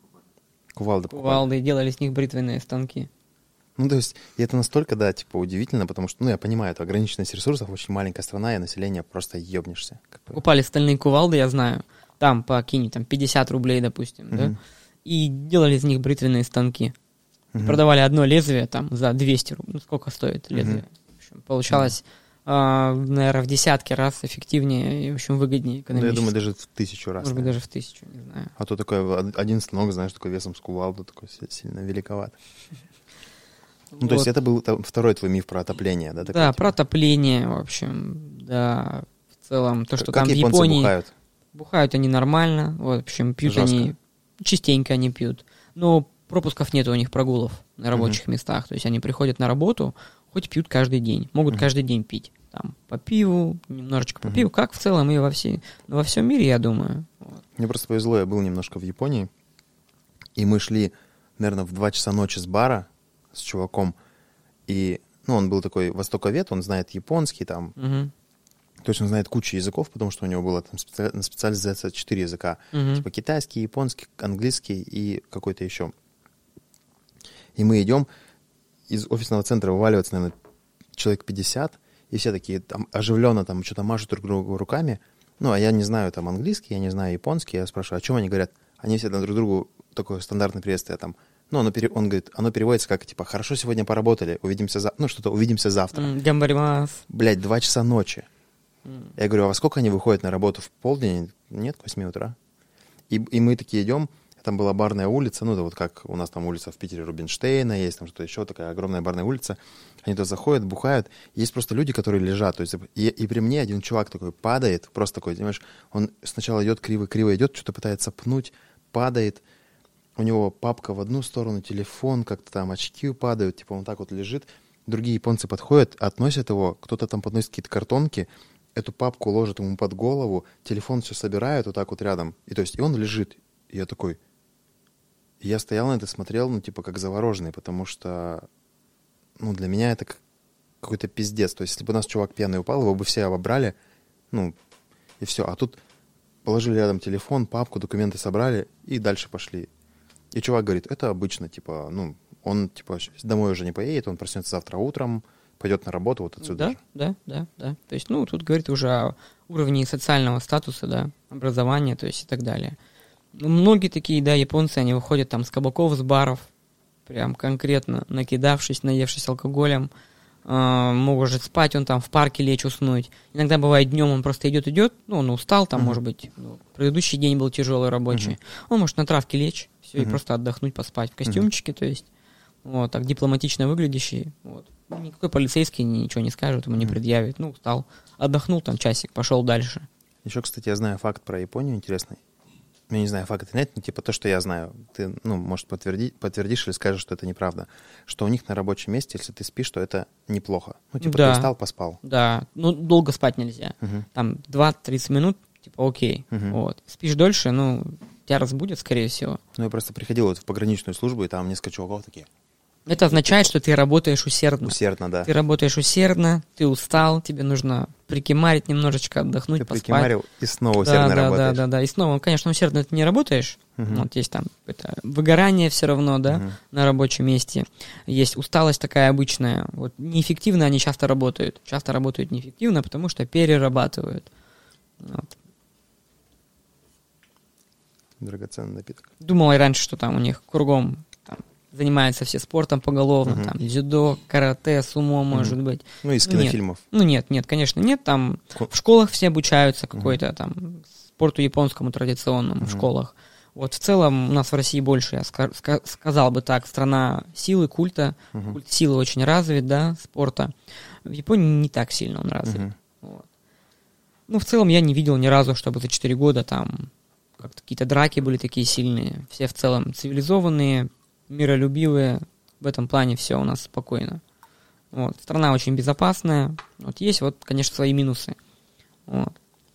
Кувалды, делали с них бритвенные станки. Ну, то есть, и это настолько, да, типа, удивительно, потому что, ну, я понимаю, это ограниченность ресурсов, очень маленькая страна, и население просто ебнешься. Покупали стальные кувалды, я знаю, там, по каким-нибудь, там, 50 рублей, допустим, да, и делали из них бритвенные станки. Продавали одно лезвие, там, за 200 рублей, ну, сколько стоит лезвие. В общем, получалось, наверное, в десятки раз эффективнее и, в общем, выгоднее экономически. Да, я думаю, даже в 1000 раз. Может быть, даже в 1000, не знаю. А то такой один станок, знаешь, такой весом с кувалду, такой сильно великоват. Ну, вот. То есть это был второй твой миф про отопление, да? Да, про отопление, в общем, да, в целом. То, что как там в японцы Японии... бухают? Бухают они нормально, вот, в общем, пьют жестко. Они... Частенько они пьют. Но пропусков нет у них прогулов на рабочих местах. То есть они приходят на работу, хоть пьют каждый день. Могут каждый день пить. Там, по пиву, немножечко по пиву. Как в целом и во всем мире, я думаю. Вот. Мне просто повезло, я был немножко в Японии, и мы шли, наверное, в 2 часа ночи с бара с чуваком, и, ну, он был такой востоковед, он знает японский, там, то есть он знает кучу языков, потому что у него было там специализация 4 языка, типа китайский, японский, английский и какой-то еще. И мы идем, из офисного центра вываливается, наверное, человек 50, и все такие там оживленно там что-то машут друг другу руками. Ну, а я не знаю там английский, я не знаю японский. Я спрашиваю, о чем они говорят? Они все друг другу такое стандартное приветствие там. Ну, он говорит, оно переводится как, типа, хорошо сегодня поработали, увидимся завтра. Ну, что-то, увидимся завтра. Гамбаримас. Блядь, 2 часа ночи. Я говорю, а во сколько они выходят на работу? В полдень? Нет, к 8 утра. И мы такие идем, там была барная улица, ну, да, вот как у нас там улица в Питере Рубинштейна, есть там что-то еще, такая огромная барная улица. Они туда заходят, бухают. Есть просто люди, которые лежат. То есть, и при мне один чувак такой падает, просто такой, понимаешь, он сначала идет криво идет, что-то пытается пнуть, падает. У него папка в одну сторону, телефон, как-то там очки падают, типа он так вот лежит. Другие японцы подходят, относят его, кто-то там подносит какие-то картонки, эту папку ложат ему под голову, телефон все собирает вот так вот рядом. И то есть, и он лежит. И я такой... Я стоял на это, смотрел, ну, типа, как завороженный, потому что, ну, для меня это какой-то пиздец. То есть, если бы у нас чувак пьяный упал, его бы все обобрали, ну, и все. А тут положили рядом телефон, папку, документы собрали и дальше пошли. И чувак говорит, это обычно, типа, ну, он, типа, домой уже не поедет, он проснется завтра утром, пойдет на работу вот отсюда. Да. То есть, ну, тут говорит уже о уровне социального статуса, да, образования, то есть и так далее. Многие такие, да, японцы, они выходят там с кабаков, с баров, прям конкретно накидавшись, наевшись алкоголем, может спать, он там в парке лечь, уснуть. Иногда бывает днем он просто идет, ну, он устал, там, может быть, предыдущий день был тяжелый рабочий. Он может на травке лечь, все, и просто отдохнуть, поспать в костюмчике, то есть, вот, так дипломатично выглядящий, вот. Никакой полицейский ничего не скажет, ему не предъявит, ну, устал, отдохнул там часик, пошел дальше. Еще, кстати, я знаю факт про Японию интересный. Я не знаю, факт это нет, но типа то, что я знаю. Ты, ну, может, подтвердишь или скажешь, что это неправда. Что у них на рабочем месте, если ты спишь, то это неплохо. Ну, типа, да. Ты устал, поспал. Да, ну, долго спать нельзя. Там 20-30 минут, типа, окей. Вот. Спишь дольше, ну, тебя разбудят, скорее всего. Ну, я просто приходил вот в пограничную службу, и там несколько чуваков такие. Это означает, что ты работаешь усердно. Усердно, да. Ты работаешь усердно, ты устал, тебе нужно прикимарить немножечко, отдохнуть, поспать. Ты прикимарил и снова усердно работаешь. Да. И снова, конечно, усердно ты не работаешь. Вот есть там это выгорание все равно, да, на рабочем месте. Есть усталость такая обычная. Вот неэффективно они часто работают. Часто работают неэффективно, потому что перерабатывают. Вот. Драгоценный напиток. Думал я раньше, что там у них кругом занимаются все спортом поголовно, там дзюдо, карате, сумо, может быть. Ну, из кинофильмов. Нет, конечно, нет. Там в школах все обучаются какой-то там спорту японскому традиционному в школах. Вот в целом у нас в России больше, я сказал бы так, страна силы, культа. Культ силы очень развит, да, спорта. В Японии не так сильно он развит. Вот. Ну, в целом я не видел ни разу, чтобы за 4 года там как-то какие-то драки были такие сильные. Все в целом цивилизованные, миролюбивые, в этом плане все у нас спокойно. Вот. Страна очень безопасная. Вот есть, вот, конечно, свои минусы. Вот.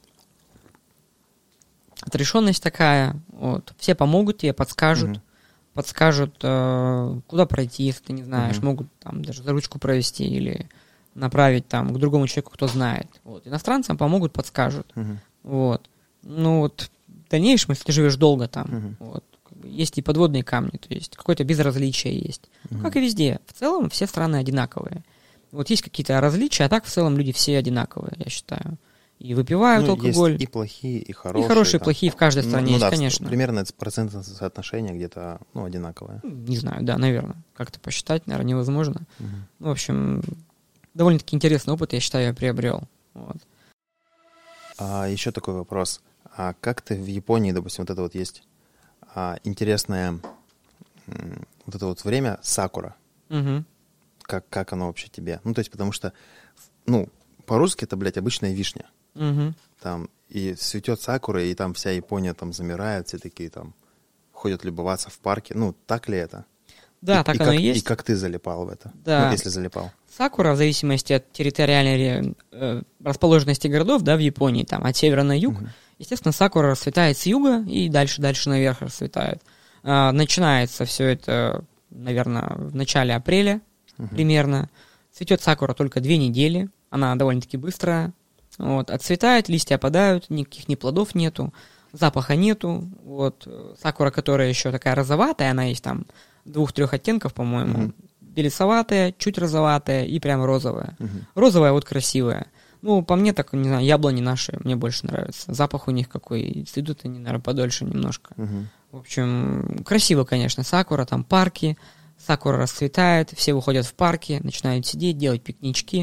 Отрешенность такая. Вот. Все помогут тебе, подскажут. Подскажут, куда пройти, если ты не знаешь. Могут там даже за ручку провести или направить там к другому человеку, кто знает. Вот. Иностранцам помогут, подскажут. Вот. Ну вот в дальнейшем, если ты живешь долго там, вот, есть и подводные камни, то есть какое-то безразличие есть. Как и везде. В целом все страны одинаковые. Вот есть какие-то различия, а так в целом люди все одинаковые, я считаю. И выпивают алкоголь. Есть и плохие, и хорошие. И хорошие, и плохие в каждой стране есть, да, конечно. Примерно это процентное соотношение где-то одинаковое. Не знаю, да, наверное. Как-то посчитать, наверное, невозможно. Ну, в общем, довольно-таки интересный опыт, я считаю, я приобрел. Вот. Еще такой вопрос. А как ты в Японии, допустим, вот это вот есть интересное вот это вот время сакура. Как оно вообще тебе? Ну, то есть, потому что, ну, по-русски это, блядь, обычная вишня. Там и цветет сакура, и там вся Япония там замирает, все такие там ходят любоваться в парке. Ну, так ли это? Да, так оно и есть. И как ты залипал в это? Да. Ну, если залипал. Сакура, в зависимости от территориальной расположенности городов, да, в Японии, там, от севера на юг, естественно, сакура расцветает с юга и дальше наверх расцветает. Начинается все это, наверное, в начале апреля примерно. Цветет сакура только 2 недели, она довольно-таки быстрая. Вот. Отцветает, листья опадают, никаких ни плодов нету, запаха нету. Вот. Сакура, которая еще такая розоватая, она есть там 2-3 оттенков, по-моему. Белесоватая, чуть розоватая и прям розовая. Розовая вот красивая. Ну, по мне так, не знаю, яблони наши мне больше нравятся. Запах у них какой, цветут они, наверное, подольше немножко. В общем, красиво, конечно, сакура, там парки, сакура расцветает, все выходят в парки, начинают сидеть, делать пикнички.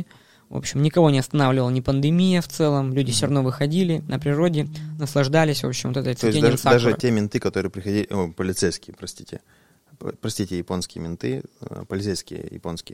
В общем, никого не останавливала ни пандемия в целом, люди все равно выходили на природе, наслаждались, в общем, вот этой цветением сакуры. Даже те менты, которые приходили, полицейские, простите, японские менты, полицейские японские,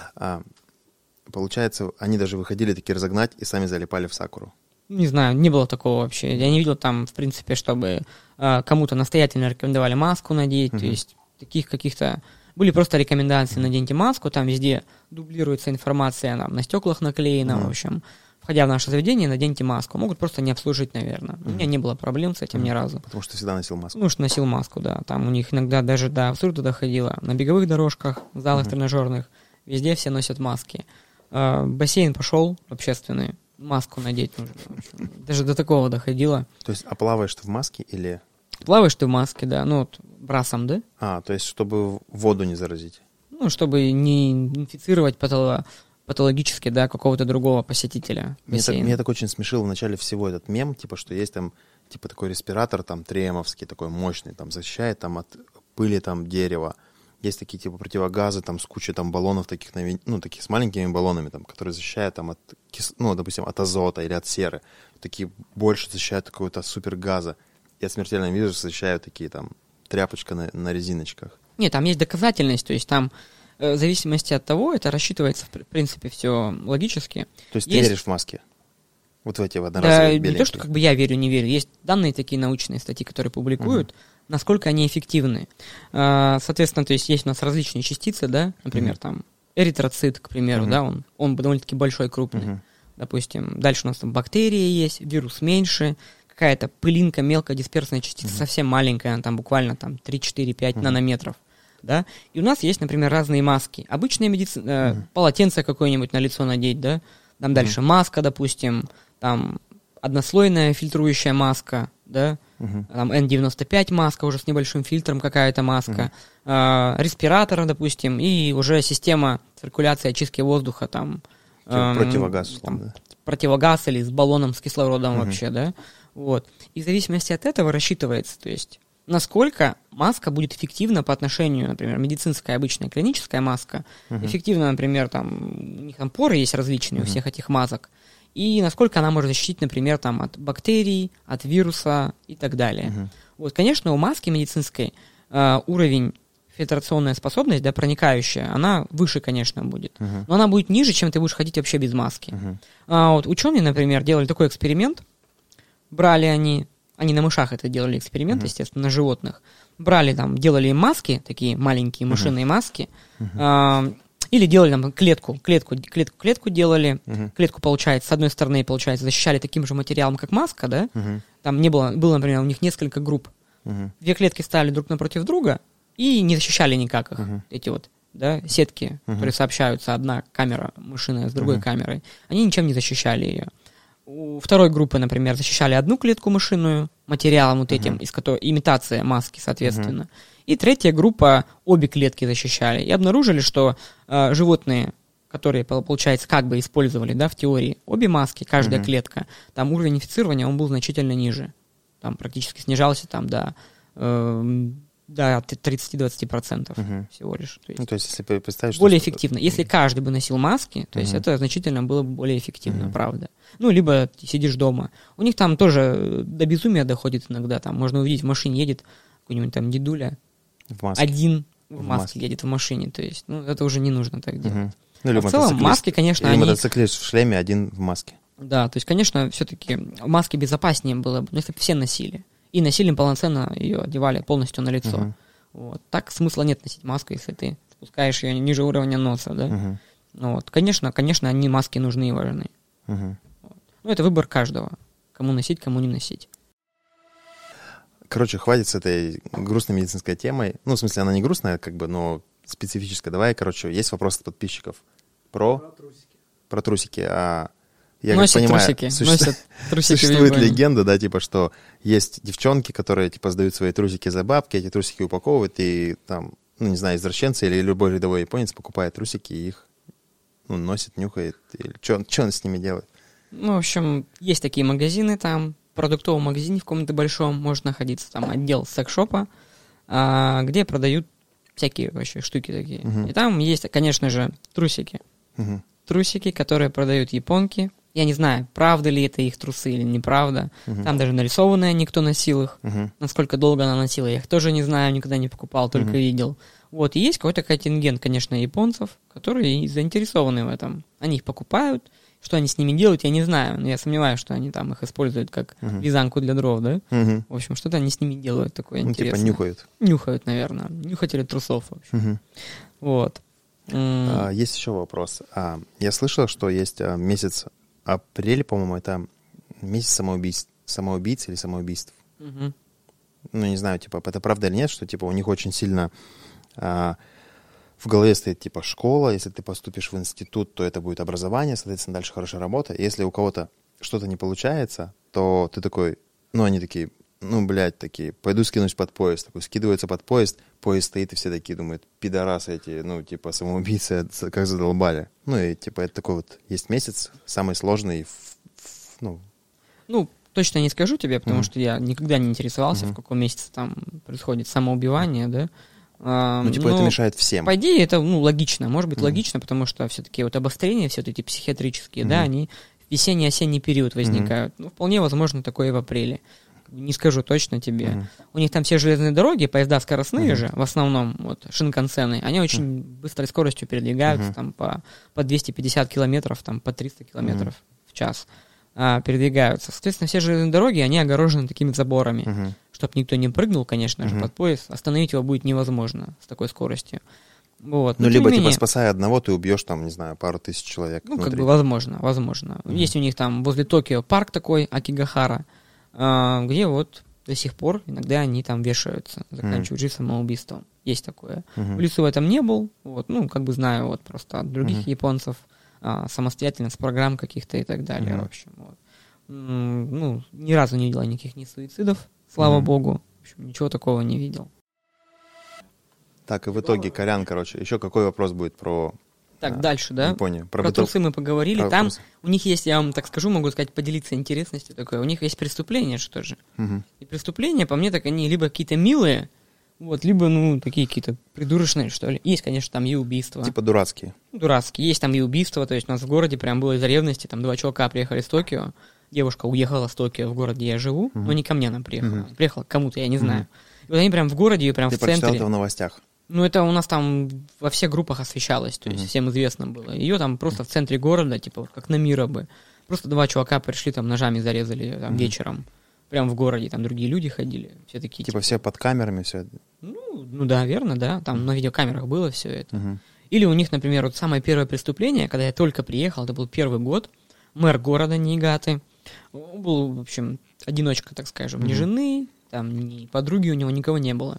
получается, они даже выходили таки разогнать и сами залипали в сакуру. Не знаю, не было такого вообще. Я не видел там, в принципе, чтобы кому-то настоятельно рекомендовали маску надеть, то есть таких каких-то... Были просто рекомендации: наденьте маску, там везде дублируется информация, там на стеклах наклеена, в общем. Входя в наше заведение, наденьте маску. Могут просто не обслужить, наверное. У меня не было проблем с этим ни разу. Потому что всегда носил маску. Потому что носил маску, да. Там у них иногда даже до абсурда доходило. На беговых дорожках, в залах тренажерных, везде все носят маски. Бассейн пошел общественный, маску надеть нужно. В общем. Даже до такого доходило. То есть, плаваешь ты в маске или... Плаваешь ты в маске, да, вот брасом, да? То есть, чтобы воду не заразить. Чтобы не инфицировать патологически, да, какого-то другого посетителя. Меня так очень смешил в начале всего этот мем, что есть там, такой респиратор, там, 3М-овский, такой мощный, там, защищает там от пыли, там, дерева. Есть такие, противогазы, там, с кучей, там, баллонов таких, таких с маленькими баллонами, там, которые защищают, там, от, допустим, от азота или от серы. Такие больше защищают какого-то супергаза. И от смертельного вируса защищают такие, там, тряпочка на резиночках. Нет, там есть доказательность, то есть там в зависимости от того, это рассчитывается, в принципе, все логически. То есть ты веришь в маски? Вот в эти одноразовые беленькие? Не то, что я верю, не верю. Есть данные такие научные статьи, которые публикуют, насколько они эффективны. Соответственно, то есть у нас различные частицы, да, например, там эритроцит, к примеру, да, он довольно-таки большой, крупный. Допустим, дальше у нас там бактерии есть, вирус меньше, какая-то пылинка, мелкая дисперсная частица, совсем маленькая, она там буквально там 3-4-5 нанометров. Да? И у нас есть, например, разные маски. Обычная полотенце какое-нибудь на лицо надеть, да? Там дальше маска, допустим, там однослойная фильтрующая маска, да? Там N95 маска, уже с небольшим фильтром какая-то маска, респиратор, допустим, и уже система циркуляции, очистки воздуха, там... противогаз, там, противогаз или с баллоном с кислородом вообще, да? Вот. И в зависимости от этого рассчитывается, то есть насколько маска будет эффективна по отношению, например, медицинская обычная клиническая маска, эффективна, например, там, у них там поры есть различные у всех этих масок, и насколько она может защитить, например, там, от бактерий, от вируса и так далее. Вот, конечно, у маски медицинской уровень фильтрационная способность, да, проникающая, она выше, конечно, будет. Но она будет ниже, чем ты будешь ходить вообще без маски. Вот ученые, например, делали такой эксперимент. Брали они на мышах это делали эксперимент, естественно, на животных. Брали там, делали им маски, такие маленькие мышиные маски, или делали там клетку делали. Клетку, получается, с одной стороны, получается, защищали таким же материалом, как маска, да? Там было, например, у них несколько групп. Две клетки ставили друг напротив друга и не защищали никак их, эти вот, да, сетки, которые сообщаются, одна камера мышиная с другой камерой, они ничем не защищали ее. У второй группы, например, защищали одну клетку мышиную материалом вот этим, из которой имитация маски, соответственно. И третья группа обе клетки защищали. И обнаружили, что животные, которые, получается, как бы использовали, да, в теории обе маски, каждая клетка, там уровень инфицирования, он был значительно ниже. Там практически снижался там до 30-20% всего лишь. То есть, то есть, если представить, более эффективно. Если каждый бы носил маски, то есть это значительно было бы более эффективно, правда. Либо ты сидишь дома. У них там тоже до безумия доходит иногда. Там можно увидеть, в машине едет какой-нибудь там дедуля. Один в маске едет в машине. То есть, это уже не нужно так делать. В целом, маски, конечно, или мотоциклист в шлеме, один в маске. Да, то есть, конечно, все-таки маски безопаснее было бы, если бы все носили. И носили полноценно, ее одевали полностью на лицо. Вот. Так смысла нет носить маску, если ты спускаешь ее ниже уровня носа, да. Вот. Конечно, они маски нужны и важны. Вот. Это выбор каждого. Кому носить, кому не носить. Короче, хватит с этой грустной медицинской темой. В смысле, она не грустная, но специфическая. Давай, есть вопрос от подписчиков. Про трусики. Я носят понимаю, трусики. Существует легенда, да, что есть девчонки, которые, сдают свои трусики за бабки, эти трусики упаковывают, и там, не знаю, извращенцы или любой рядовой японец покупает трусики и их, носит, нюхает. Что он с ними делает? В общем, есть такие магазины там, в продуктовом магазине в каком-то большом может находиться там отдел секс-шопа, где продают всякие вообще штуки такие. И там есть, конечно же, трусики. трусики, которые продают японки. Я не знаю, правда ли это их трусы или неправда. Там даже нарисованные никто носил их. Насколько долго она носила, я их тоже не знаю, никогда не покупал, только видел. Вот, и есть какой-то контингент, конечно, японцев, которые заинтересованы в этом. Они их покупают. Что они с ними делают, я не знаю. Но я сомневаюсь, что они там их используют как вязанку для дров, да? В общем, что-то они с ними делают такое интересное. Типа нюхают. Нюхают, наверное. Нюхатели трусов, в общем. Вот. Есть еще вопрос. Я слышал, что есть месяц апрель, по-моему, это месяц самоубийц или самоубийств. Ну, не знаю, типа, это правда или нет, что, типа, у них очень сильно в голове стоит, типа, школа, если ты поступишь в институт, то это будет образование, соответственно, дальше хорошая работа. Если у кого-то что-то не получается, то ты такой, ну, они такие, ну, блядь, такие, пойду скинусь под поезд. Такой, скидывается под поезд стоит, и все такие думают, пидорасы эти, ну, типа, самоубийцы, как задолбали. Ну, и, типа, это такой вот, есть месяц, самый сложный, Ну, точно не скажу тебе, потому что я никогда не интересовался, в каком месяце там происходит самоубивание, да. Ну, типа, это мешает всем. По идее, это, логично. Может быть, логично, потому что все-таки вот обострения, все эти психиатрические, да, они в весенний-осенний период возникают. Ну, вполне возможно, такое и в апреле. Не скажу точно тебе. У них там все железные дороги, поезда скоростные же, в основном, вот, шинкансены, они очень быстрой скоростью передвигаются, там, по 250 километров, там, по 300 километров в час передвигаются. Соответственно, все железные дороги, они огорожены такими заборами. Чтобы никто не прыгнул, конечно же, под поезд, остановить его будет невозможно с такой скоростью. Вот. Ну, либо, типа, спасая одного, ты убьешь, там, не знаю, пару тысяч человек. Ну, внутри. Как бы, возможно. Есть у них там возле Токио парк такой, Акигахара, где вот до сих пор иногда они там вешаются, заканчивают жизнь самоубийством. Есть такое. В лесу в этом не был, вот, ну, как бы знаю вот просто от других японцев, самостоятельно, с программ каких-то и так далее, в общем. Вот. Ну, ни разу не видел никаких ни суицидов, слава богу. В общем, ничего такого не видел. Так, и в итоге, Колян, короче, еще какой вопрос будет про... Так, дальше, да? Японию. Про трусы мы поговорили. Там у них есть, я вам так скажу, могу сказать, поделиться интересностью такой. У них есть преступления, что же. И преступления, по мне, так они либо какие-то милые, вот, либо, ну, такие какие-то придурочные, что ли. Есть, конечно, там и убийства. Типа дурацкие. Дурацкие. Есть там и убийства, то есть у нас в городе прям было из-за ревности, там 2 чувака приехали с Токио, девушка уехала с Токио в город, где я живу, но не ко мне она приехала. Приехала к кому-то, я не знаю. И вот они прям в городе, прям Ты в центре. Ты прочитал это в новостях? Ну, это у нас там во всех группах освещалось, то есть всем известно было. Ее там просто в центре города, типа, вот как на Мира бы. Просто 2 чувака пришли, там ножами зарезали там, вечером. Прям в городе, там другие люди ходили. Все такие, типа все под камерами, все это? Ну да, верно, да. Там на видеокамерах было все это. Или у них, например, вот самое первое преступление, когда я только приехал, это был первый год, мэр города Ниигаты, он был, в общем, одиночка, так скажем, ни жены, там, ни подруги у него, никого не было.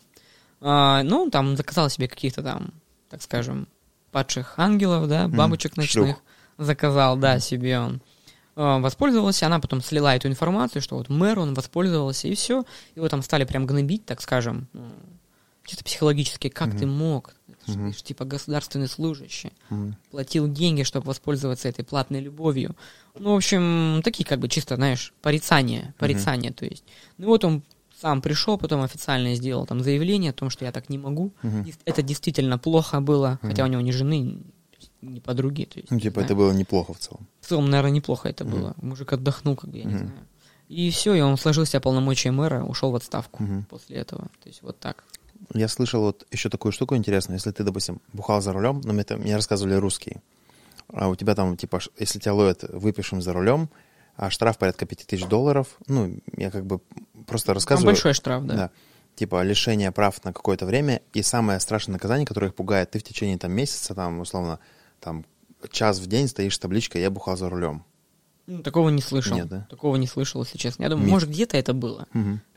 Но он там заказал себе каких-то там, так скажем, падших ангелов, да, бабочек ночных. Шлюх. Заказал, да, себе он. Воспользовался, она потом слила эту информацию, что вот мэр, он воспользовался, и все. Его там стали прям гнобить, так скажем, чисто психологически. Как ты мог? Ты же типа государственный служащий. Платил деньги, чтобы воспользоваться этой платной любовью. Ну, в общем, такие как бы чисто, знаешь, порицания, то есть. Ну вот он сам пришел, потом официально сделал там заявление о том, что я так не могу. Это действительно плохо было, хотя у него ни жены, ни подруги. То есть, ну, типа, это было неплохо в целом. В целом, наверное, неплохо это было. Мужик отдохнул, как бы, я не знаю. И все, и он сложил себе полномочия мэра, ушел в отставку после этого. То есть, вот так. Я слышал вот еще такую штуку интересную. Если ты, допустим, бухал за рулем, но мне рассказывали русские, а у тебя там, типа, если тебя ловят выпившим за рулем, а штраф порядка $5000, ну, я как бы просто рассказываю. Там большой штраф, да. Типа лишение прав на какое-то время, и самое страшное наказание, которое их пугает, ты в течение там месяца, там, условно, там, час в день стоишь с табличкой «Я бухал за рулем». Ну, такого не слышал. Нет, да? Такого не слышал, если честно. Я думаю, может, где-то это было.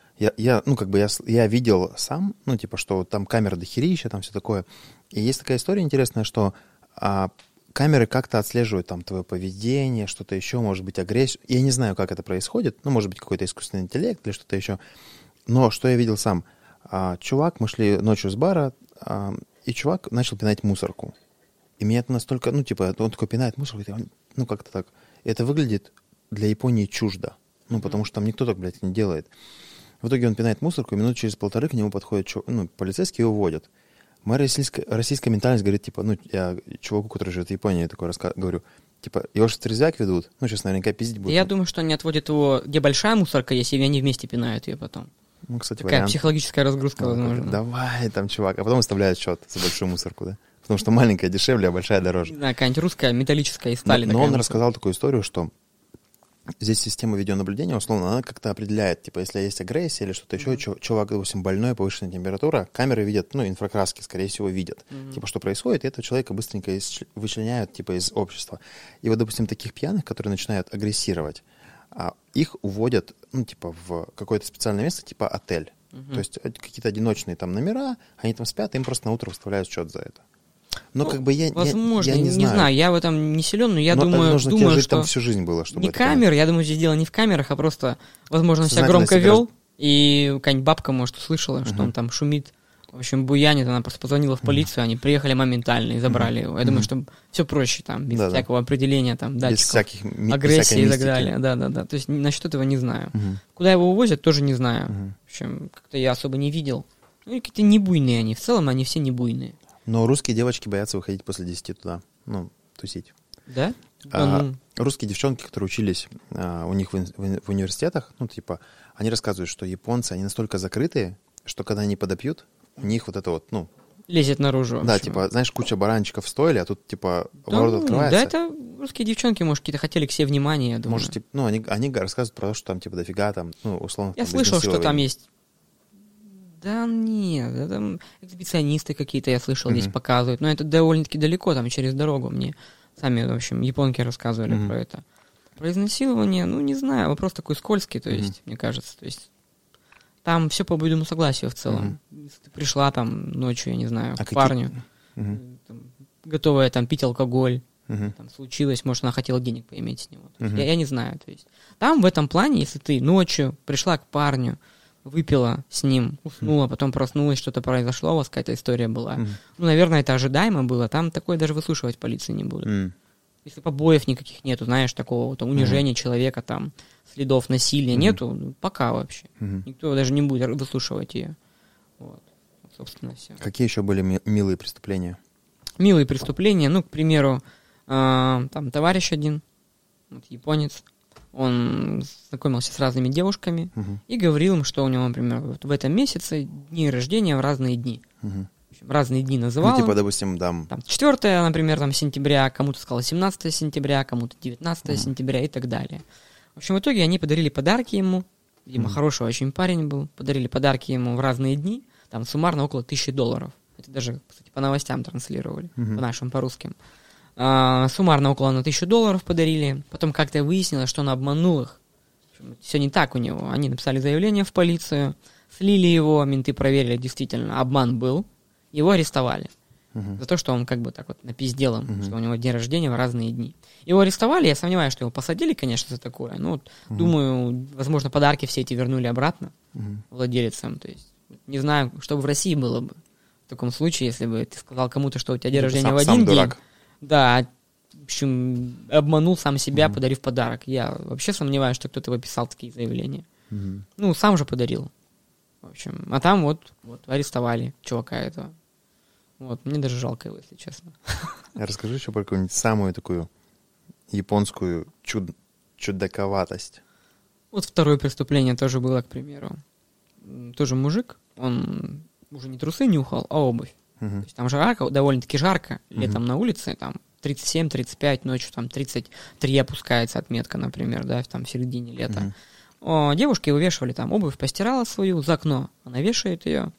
Я видел сам, ну, типа, что там камера дохерища, там все такое. И есть такая история интересная, что камеры как-то отслеживают там твое поведение, что-то еще, может быть, агрессию. Я не знаю, как это происходит, ну, может быть, какой-то искусственный интеллект или что-то еще. Но что я видел сам? Чувак, мы шли ночью с бара, и чувак начал пинать мусорку. И меня это настолько, ну, типа, он такой пинает мусорку, ну, как-то так. Это выглядит для Японии чуждо. Ну, потому что там никто так, блядь, не делает. В итоге он пинает мусорку, и минут через 1,5 к нему подходит полицейский и уводят. Моя российская ментальность говорит, типа, ну, я чуваку, который живет в Японии, такой говорю, типа, его же в трезвяк ведут, ну, сейчас наверняка пиздить будут. Я думаю, что они отводят его, где большая мусорка есть, и они вместе пинают ее потом. Ну, кстати, такая вариант. Психологическая разгрузка, возможно. Давай там, чувак, а потом выставляют счет за большую мусорку, да? Потому что маленькая дешевле, а большая дороже. Да, какая-нибудь русская металлическая из стали. Но он рассказал такую историю, что здесь система видеонаблюдения, условно, она как-то определяет, типа, если есть агрессия или что-то еще, чувак, допустим, больной, повышенная температура, камеры видят, ну, инфракраски, скорее всего, видят, типа, что происходит, и этого человека быстренько вычленяют, типа, из общества. И вот, допустим, таких пьяных, которые начинают агрессировать, их уводят, ну, типа, в какое-то специальное место, типа отель. То есть какие-то одиночные там номера, они там спят, им просто на утро выставляют счет за это. Но как бы возможно, я не знаю. Я в этом не силен, но я думаю, нужно тебе жить там всю жизнь было, чтобы не камер, я думаю, здесь дело не в камерах, а просто, возможно, он себя громко вел, и какая-нибудь бабка, может, услышала, что он там шумит. В общем, буянит, она просто позвонила в полицию, они приехали моментально и забрали его. Я думаю, что все проще там, без всякого определения, там, датчиков, агрессии и так далее. Да. То есть насчет этого не знаю. Куда его увозят, тоже не знаю. В общем, как-то я особо не видел. Ну, и какие-то небуйные они. В целом они все небуйные. Но русские девочки боятся выходить после 10 туда, ну, тусить. Да? Русские девчонки, которые учились у них в университетах, ну, типа, они рассказывают, что японцы, они настолько закрытые, что когда они подопьют, у них вот это вот, ну... Лезет наружу. Да, типа, знаешь, куча баранчиков в стойле, а тут, типа, ворот открывается. Да, это русские девчонки, может, какие-то хотели к себе внимания, я думаю. Может, типа, ну, они рассказывают про то, что там, типа, дофига там, ну, условно... Я слышал, что там есть... Да нет, там эксгибиционисты какие-то, я слышал, здесь показывают. Но это довольно-таки далеко, там, через дорогу мне. Сами, в общем, японки рассказывали про это. Про изнасилование, ну, не знаю, вопрос такой скользкий, то есть, мне кажется. То есть, там все по обоюдному согласию в целом. Если ты пришла там ночью, я не знаю, к парню, там, готовая там пить алкоголь, там случилось, может, она хотела денег поиметь с него. Я не знаю, то есть. Там в этом плане, если ты ночью пришла к парню, выпила с ним, уснула, потом проснулась, что-то произошло, у вас какая-то история была. Ну, наверное, это ожидаемо было. Там такое даже выслушивать полиции не будут. Если побоев никаких нету, знаешь, такого вот унижения человека, там, следов насилия нету, ну, пока вообще. Никто даже не будет выслушивать ее. Вот. Собственно, все. Какие еще были милые преступления? Милые преступления, ну, к примеру, там товарищ один, вот, японец, он знакомился с разными девушками и говорил им, что у него, например, вот в этом месяце дни рождения в разные дни. В общем, разные дни называл. Ну, типа, допустим, там 4, например, там, сентября, кому-то сказал 17 сентября, кому-то 19 сентября и так далее. В общем, в итоге они подарили подарки ему, видимо, хороший очень парень был, подарили подарки ему в разные дни, там суммарно около $1000. Это даже, кстати, по новостям транслировали, по нашим, по русским. Суммарно около $1000 подарили. Потом как-то выяснилось, что он обманул их. Все не так у него. Они написали заявление в полицию, слили его, менты проверили, действительно, обман был. Его арестовали. За то, что он как бы так вот напиздел им, что у него день рождения в разные дни. Его арестовали, я сомневаюсь, что его посадили, конечно, за такое. Ну, вот, думаю, возможно, подарки все эти вернули обратно владельцам. То есть, не знаю, что бы в России было бы в таком случае, если бы ты сказал кому-то, что у тебя день рождения в один день. Да, в общем, обманул сам себя, подарив подарок. Я вообще сомневаюсь, что кто-то выписал такие заявления. Ну, сам же подарил. В общем, а там вот арестовали чувака этого. Вот, мне даже жалко его, если честно. Расскажи еще про какую-нибудь самую такую японскую чудаковатость. Вот второе преступление тоже было, к примеру. Тоже мужик, он уже не трусы нюхал, а обувь. То есть там жарко, довольно-таки жарко, летом на улице, там 37-35, ночью там 33 опускается отметка, например, да, там в середине лета. Девушки вывешивали там обувь, постирала свою за окно, она вешает ее,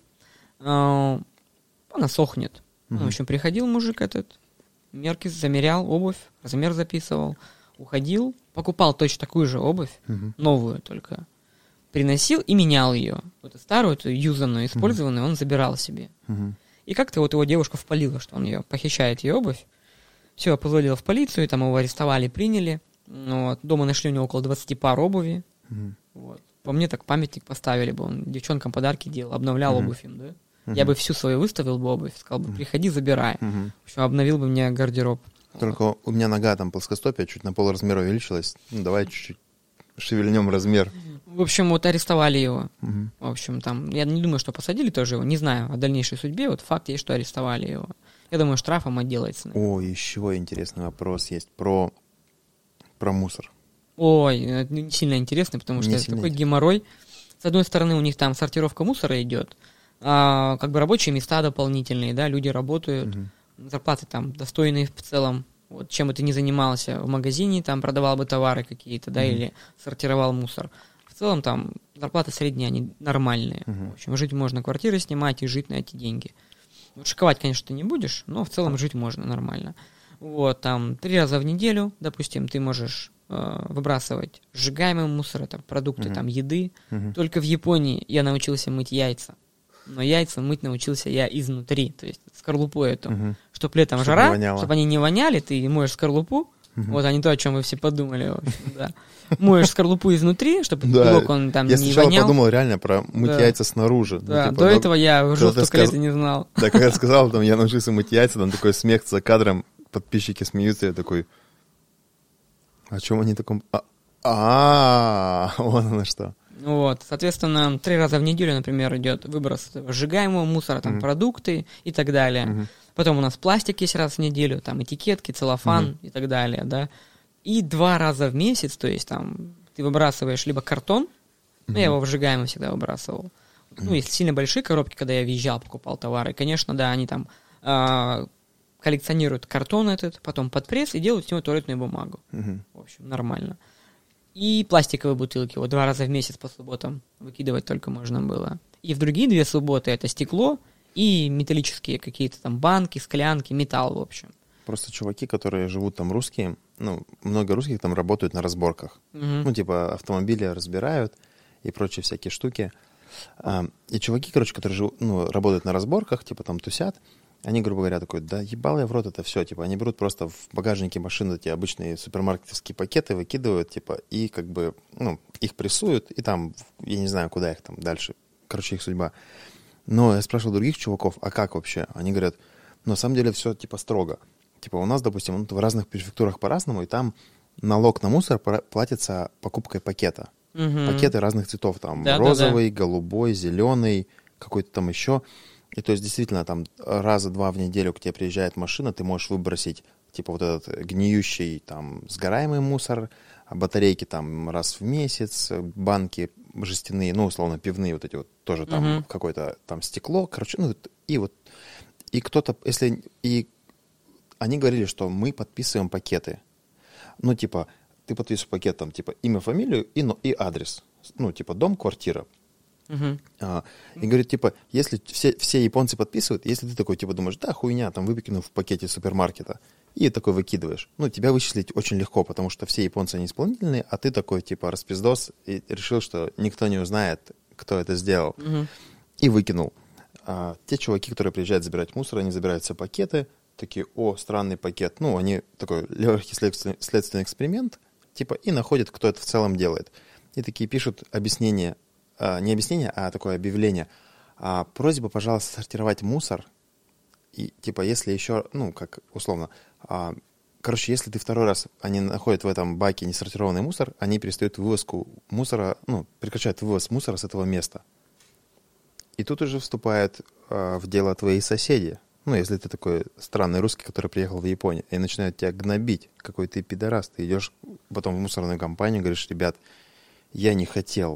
она сохнет. В общем, приходил мужик этот, мерки замерял обувь, размер записывал, уходил, покупал точно такую же обувь, новую только, приносил и менял ее. Вот старую, эту юзанную, использованную он забирал себе. И как-то вот его девушка впалила, что он ее похищает, ее обувь. Все, позвонила в полицию, там его арестовали, приняли. Вот. Дома нашли у него около 20 пар обуви. Вот. По мне так памятник поставили бы, он девчонкам подарки делал, обновлял обувь им, да? Я бы всю свою выставил бы обувь, сказал бы, приходи, забирай. В общем, обновил бы мне гардероб. Только у меня нога там плоскостопие, чуть на полразмера увеличилась. Ну, давай чуть-чуть шевельнем размер. В общем, вот арестовали его. Угу. В общем, там, я не думаю, что посадили тоже его, не знаю о дальнейшей судьбе, вот факт есть, что арестовали его. Я думаю, штрафом отделается. О, еще интересный вопрос есть про мусор. Ой, это не сильно интересно, потому что это такой геморрой. С одной стороны, у них там сортировка мусора идет, как бы рабочие места дополнительные, да, люди работают, зарплаты там достойные в целом. Вот чем бы ты ни занимался в магазине, там продавал бы товары какие-то, да, или сортировал мусор. В целом там зарплаты средние, они нормальные. В общем, жить можно, квартиры снимать и жить на эти деньги. Вот шиковать, конечно, ты не будешь, но в целом жить можно нормально. Вот, там 3 раза в неделю, допустим, ты можешь выбрасывать сжигаемый мусор, это продукты, там, еды. Только в Японии я научился мыть яйца. Но яйца мыть научился я изнутри, то есть скорлупу эту. Чтобы летом жара, чтобы они не воняли, ты моешь скорлупу, вот, а не то, о чем вы все подумали, в общем, да. Моешь скорлупу изнутри, чтобы белок он там не вонял. Я сначала подумал реально про мыть яйца снаружи. Да, до этого я жестко лета не знал. Да, когда я сказал, там, я научился мыть яйца, там такой смех за кадром, подписчики смеются, я такой, о чем они таком... вот оно что. Вот, соответственно, 3 раза в неделю, например, идет выброс сжигаемого мусора, там, продукты и так далее. Потом у нас пластик есть раз в неделю, там, этикетки, целлофан и так далее, да. И 2 раза в месяц, то есть, там, ты выбрасываешь либо картон, я его в сжигаемый всегда выбрасывал. Ну, если сильно большие коробки, когда я въезжал, покупал товары, конечно, да, они там коллекционируют картон этот, потом под пресс и делают с него туалетную бумагу. В общем, нормально. И пластиковые бутылки. Вот 2 раза в месяц по субботам выкидывать только можно было. И в другие 2 субботы это стекло и металлические какие-то там банки, склянки, металл, в общем. Просто чуваки, которые живут там русские, ну, много русских там работают на разборках. Ну, типа автомобили разбирают и прочие всякие штуки. И чуваки, короче, которые живут, ну, работают на разборках, типа там тусят, они, грубо говоря, такой, да ебал я в рот это все, типа, они берут просто в багажнике машины эти обычные супермаркетовские пакеты, выкидывают, типа, и как бы, ну, их прессуют, и там, я не знаю, куда их там дальше, короче, их судьба. Но я спрашивал других чуваков, а как вообще? Они говорят, ну, на самом деле все, типа, строго. Типа, у нас, допустим, в разных префектурах по-разному, и там налог на мусор платится покупкой пакета. Пакеты разных цветов, там, розовый, голубой, зеленый, какой-то там еще. И то есть действительно там 2 раза в неделю к тебе приезжает машина, ты можешь выбросить типа вот этот гниющий там сгораемый мусор, батарейки там раз в месяц, банки жестяные, ну условно пивные вот эти вот тоже там какое-то там стекло, короче, ну и кто-то, если и они говорили, что мы подписываем пакеты, ну типа ты подписываешь пакет там типа имя, фамилию и адрес, ну типа дом, квартира. И говорит, типа, если все японцы подписывают, если ты такой, типа, думаешь, да, хуйня, там, выкинул в пакете супермаркета, и такой выкидываешь, ну, тебя вычислить очень легко, потому что все японцы, они исполнительные, а ты такой, типа, распиздос, и решил, что никто не узнает, кто это сделал, и выкинул. Те чуваки, которые приезжают забирать мусор, они забирают все пакеты, такие, о, странный пакет, ну, они такой легкий следственный эксперимент, типа, и находят, кто это в целом делает. И такие пишут объяснение, не объяснение, а такое объявление. Просьба, пожалуйста, сортировать мусор. И, типа, если еще, ну, как условно, короче, если ты 2-й раз, они находят в этом баке несортированный мусор, они перестают вывозку мусора, ну, прекращают вывоз мусора с этого места. И тут уже вступают в дело твои соседи. Ну, если ты такой странный русский, который приехал в Японию, и начинают тебя гнобить, какой ты пидорас. Ты идешь потом в мусорную компанию, говоришь, ребят, я не хотел.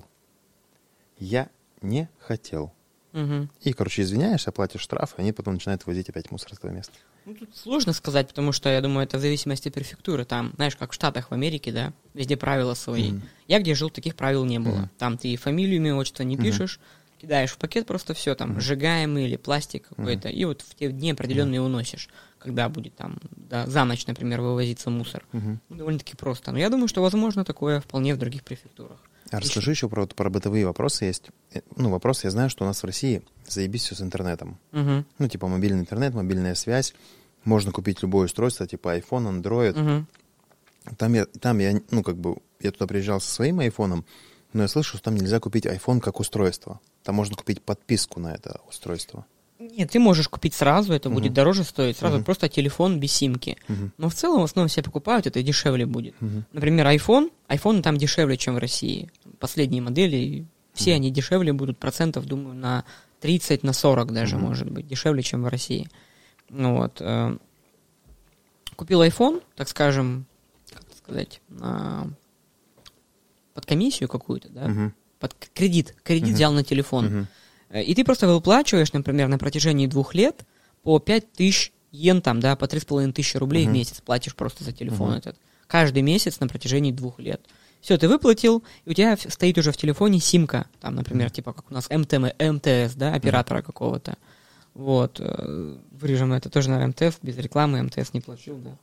Я не хотел. И, короче, извиняешься, платишь штраф, и они потом начинают возить опять мусор с этого места. Ну, тут сложно сказать, потому что, я думаю, это в зависимости от префектуры. Там, знаешь, как в Штатах, в Америке, да, везде правила свои. Я где жил, таких правил не было. Там ты фамилию, имя, отчество не пишешь, кидаешь в пакет просто все, там, сжигаемый или пластик какой-то, и вот в те дни определенные уносишь, когда будет там, да, за ночь, например, вывозиться мусор. Довольно-таки просто. Но я думаю, что возможно такое вполне в других префектурах. А расскажи еще про бытовые вопросы. Есть, ну, вопрос, я знаю, что у нас в России заебись все с интернетом. Ну, типа мобильный интернет, мобильная связь. Можно купить любое устройство, типа iPhone, Android. Там я, ну, как бы, я туда приезжал со своим айфоном, но я слышу, что там нельзя купить iPhone как устройство. Там можно купить подписку на это устройство. Нет, ты можешь купить сразу, это будет дороже стоить, сразу просто телефон без симки. Но в целом, в основном все покупают, это дешевле будет. Например, iPhone там дешевле, чем в России. Последние модели, все они дешевле будут, процентов, думаю, на 30, на 40 даже, может быть, дешевле, чем в России. Ну вот. Купил iPhone, так скажем, как сказать, под комиссию какую-то, да, под кредит взял на телефон. И ты просто выплачиваешь, например, на протяжении 2 лет по 5000 йен, там, да, по 3500 рублей в месяц платишь просто за телефон этот. Каждый месяц на протяжении 2 лет. Все, ты выплатил, и у тебя стоит уже в телефоне симка, там, например, типа как у нас МТС, да, оператора какого-то. Вот. Вырежем это тоже, наверное, МТС, без рекламы МТС не платил, да.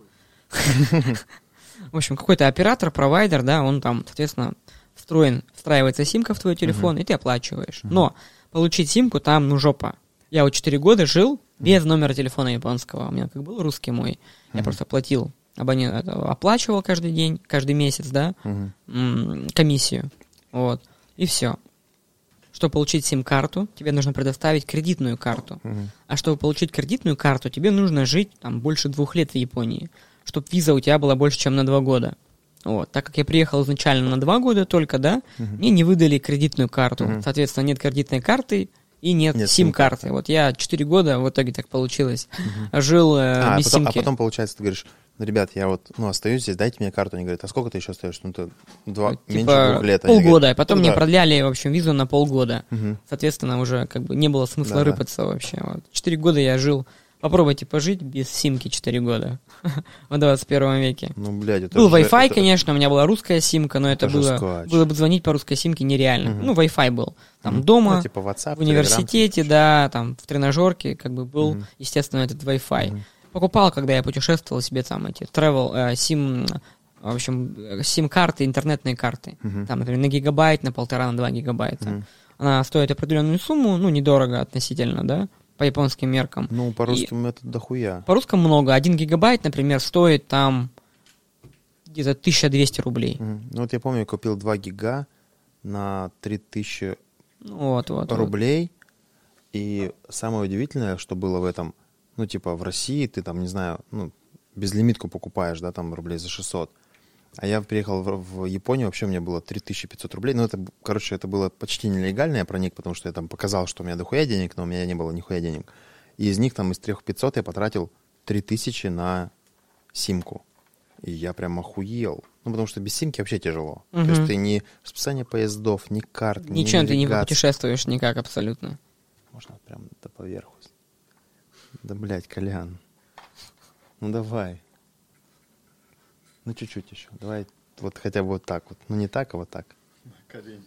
В общем, какой-то оператор, провайдер, да, он там, соответственно, встраивается симка в твой телефон, и ты оплачиваешь. Но получить симку там, ну, жопа. Я вот 4 года жил без номера телефона японского. У меня как был русский мой. Я просто платил, оплачивал каждый день, каждый месяц, да, комиссию. Вот. И все. Чтобы получить сим-карту, тебе нужно предоставить кредитную карту. А чтобы получить кредитную карту, тебе нужно жить там больше 2 лет в Японии. Чтобы виза у тебя была больше, чем на 2 года. Вот. Так как я приехал изначально на 2 года только, да, мне не выдали кредитную карту. Соответственно, нет кредитной карты и нет сим-карты. Вот я 4 года, в итоге так получилось, жил без симки. А потом, получается, ты говоришь, ну, ребят, я вот, ну, остаюсь здесь, дайте мне карту. Они говорят, а сколько ты еще остаешься? Ну, ты меньше 2 лет. Полгода. А потом мне продляли, в общем, визу на полгода. Соответственно, уже как бы не было смысла рыпаться вообще. Вот. 4 года я жил. Попробуйте пожить без симки 4 года в 21 веке. Ну, блядь, это был Wi-Fi, конечно, у меня была русская симка, но это было бы звонить по русской симке нереально. Ну, Wi-Fi был. Там дома, ну, типа WhatsApp, в университете, да, там в тренажерке, как бы был, естественно, этот Wi-Fi. Покупал, когда я путешествовал себе там эти в общем, сим-карты, интернетные карты. Там, например, на гигабайт, на 1,5, на 2 гигабайта. Она стоит определенную сумму, ну, недорого относительно, да, по японским меркам. Ну, по русским это дохуя. По русским много. 1 гигабайт, например, стоит там где-то 1200 рублей. Ну, вот я помню, я купил 2 гига на 3000 рублей. И самое удивительное, что было в этом, ну, типа, в России ты там, не знаю, ну, безлимитку покупаешь, да, там, рублей за 600. А я приехал в Японию, вообще у меня было 3500 рублей. Ну, это, короче, это было почти нелегально, я проник, потому что я там показал, что у меня дохуя денег, но у меня не было нихуя денег. И из них, там, из 3500 я потратил 3000 на симку. И я прям охуел. Ну, потому что без симки вообще тяжело. То есть ты ни расписание поездов, ни карт, ни ничего ты не путешествуешь никак абсолютно. Можно прям до поверху. Да, блядь, Колян. Ну, давай. Ну, чуть-чуть еще. Давай вот хотя бы вот так вот. Ну, не так, а вот так. На колени.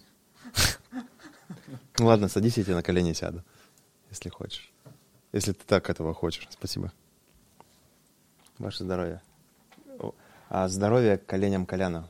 Ну, ладно, садись, я тебе на колени сяду, если хочешь. Если ты так этого хочешь. Спасибо. Ваше здоровье. А здоровье коленям Коляна.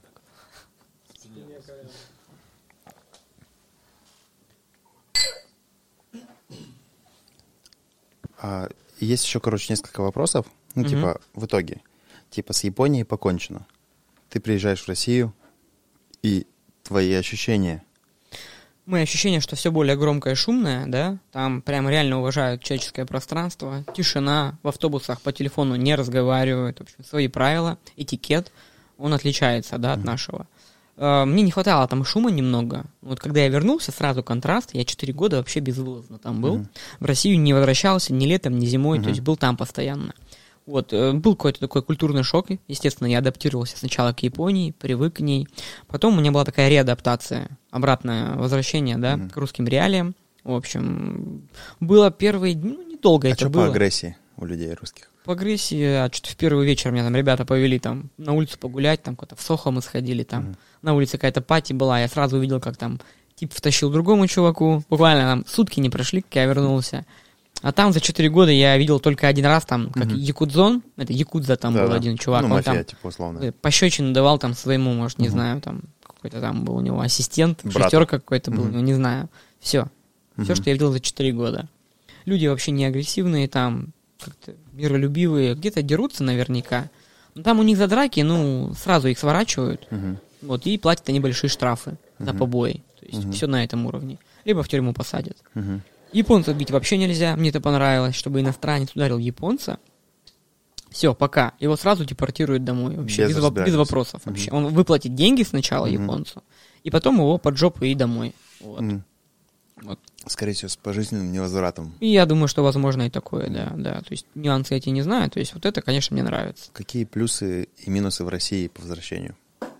Есть еще, короче, несколько вопросов. Ну, типа, в итоге. Типа, с Японией покончено. Ты приезжаешь в Россию, и твои ощущения? Мои ощущения, что все более громкое и шумное, да, там прям реально уважают человеческое пространство, тишина, в автобусах по телефону не разговаривают, в общем, свои правила, этикет, он отличается, да, от нашего. Мне не хватало там шума немного. Вот когда я вернулся, сразу контраст, я 4 года вообще безвылазно там был, в Россию не возвращался ни летом, ни зимой, то есть был там постоянно. Вот, был какой-то такой культурный шок, естественно, я адаптировался сначала к Японии, привык к ней, потом у меня была такая реадаптация, обратное возвращение, да, к русским реалиям, в общем, было первые дни, ну, недолго это было. А что по агрессии у людей русских? По агрессии, что-то в первый вечер меня там ребята повели там на улицу погулять, там куда-то в Сохо мы сходили, там на улице какая-то пати была, я сразу увидел, как там тип втащил другому чуваку, буквально там сутки не прошли, как я вернулся. А там за 4 года я видел только один раз там, как якудзон, это якудза там был один чувак, ну, он мафия, там типа, условно. пощечину давал там своему, может, не знаю, там какой-то там был у него ассистент, Брата. шестерка какой-то был, ну, не знаю. Все, что я видел за 4 года. Люди вообще не агрессивные там, как-то миролюбивые, где-то дерутся наверняка. Но там у них за драки, ну, сразу их сворачивают, вот, и платят они большие штрафы за побои. То есть все на этом уровне. Либо в тюрьму посадят. Японцев бить вообще нельзя. Мне это понравилось, чтобы иностранец ударил японца. Все, пока. Его сразу депортируют домой. Вообще, без вопросов. Вообще. Он выплатит деньги сначала японцу, и потом его под жопу и домой. Вот. Вот. Скорее всего, с пожизненным невозвратом. И я думаю, что возможно и такое, да. То есть нюансы эти не знаю. То есть вот это, конечно, мне нравится. Какие плюсы и минусы в России по возвращению?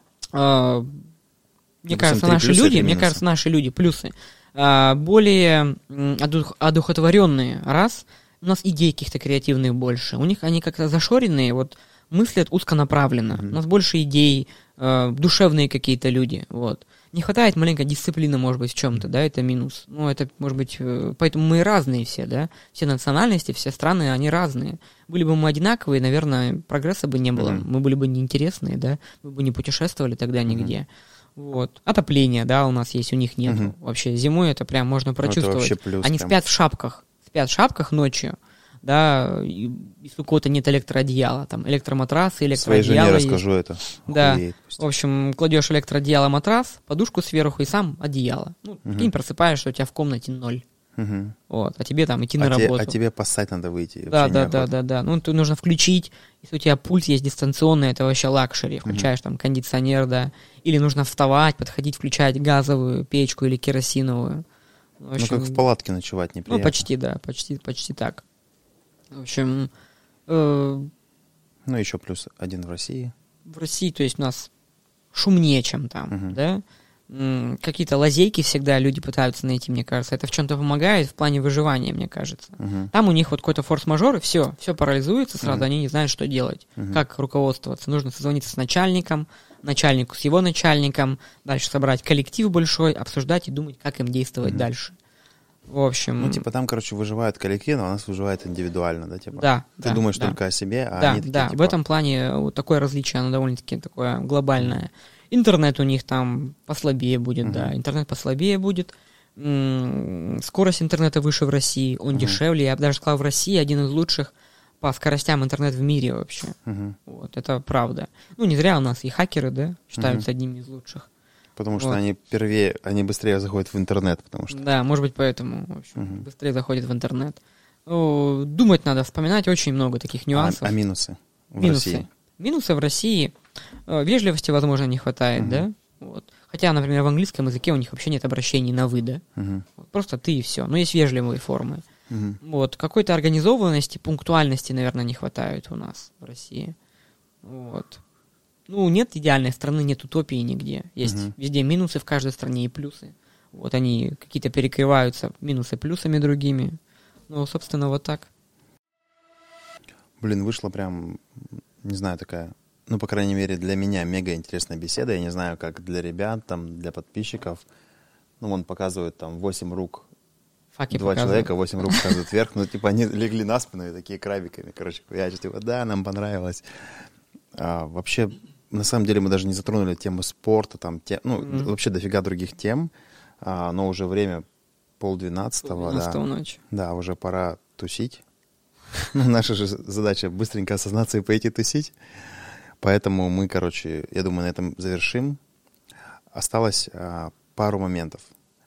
Мне кажется, наши люди, плюсы, более одухотворенные, раз. У нас идей каких-то креативных больше. У них они как-то зашоренные, вот мыслят узконаправленно. У нас больше идей, душевные какие-то люди, вот. Не хватает маленькой дисциплины, может быть, в чем-то, да, это минус. Ну, это, может быть, поэтому мы разные все, да. Все национальности, все страны, они разные. Были бы мы одинаковые, наверное, прогресса бы не было. Мы были бы неинтересные, да, мы бы не путешествовали тогда нигде. Вот. Отопление, да, у нас есть, у них нет. Вообще, зимой это прям можно прочувствовать. Они спят в шапках ночью, да, и если у кого-то нет электроодеяла, там, электроматрасы, электроодеяло. Своей жене расскажу это. Да, в общем, кладешь электроодеяло, матрас, подушку сверху и сам одеяло. Ну, прикинь, просыпаешься, у тебя в комнате 0. Вот, а тебе там идти на работу. А тебе поссать надо выйти. Да. Ну, тут нужно включить, если у тебя пульт есть дистанционный, это вообще лакшери. Включаешь там кондиционер, да. Или нужно вставать, подходить, включать газовую печку или керосиновую. В общем, как в палатке ночевать неприятно. Ну, почти, да, почти так. В общем... Ну, еще плюс один в России. В России, то есть у нас шумнее, чем там, да? Какие-то лазейки всегда люди пытаются найти, мне кажется. Это в чем-то помогает в плане выживания, мне кажется. Там у них вот какой-то форс-мажор, и все парализуется сразу, они не знают, что делать, как руководствоваться. Нужно созвониться с начальником, начальнику с его начальником, дальше собрать коллектив большой, обсуждать и думать, как им действовать дальше. В общем... Ну, типа, там, короче, выживают коллективно, а у нас выживает индивидуально, да? Типа? Да. Ты думаешь только о себе, а они такие, да, типа... в этом плане вот такое различие, оно довольно-таки такое глобальное. Интернет у них там послабее будет, да, интернет послабее будет. Скорость интернета выше в России, он дешевле. Я бы даже сказал, в России один из лучших по скоростям интернет в мире вообще. Вот, это правда. Ну, не зря у нас и хакеры, да, считаются одними из лучших. Потому что они быстрее заходят в интернет, потому что... Да, может быть, поэтому, в общем, быстрее заходят в интернет. Ну, думать надо, вспоминать очень много таких нюансов. А минусы в России? Минусы в России. Вежливости, возможно, не хватает, да? Вот. Хотя, например, в английском языке у них вообще нет обращений на «вы», да? Просто «ты» и все. Но есть вежливые формы. Вот. Какой-то организованности, пунктуальности, наверное, не хватает у нас в России. Вот. Ну, нет идеальной страны, нет утопии нигде. Есть везде минусы в каждой стране и плюсы. Вот они какие-то перекрываются минусы плюсами другими. Ну, собственно, вот так. Блин, вышла прям, не знаю, такая, ну, по крайней мере, для меня мега интересная беседа. Я не знаю, как для ребят, там, для подписчиков. Ну, он показывает там 8 рук. Факи 2 человека, 8 рук показывают вверх. Ну, типа, они легли на спину и такие крабиками, короче, хуячат. Типа, да, нам понравилось. Вообще, на самом деле, мы даже не затронули тему спорта, там, вообще дофига других тем. Но уже время 11:30. Да. Ночи. Да, уже пора тусить. Наша же задача быстренько осознаться и пойти тусить. Поэтому мы, короче, я думаю, на этом завершим. Осталось пару моментов.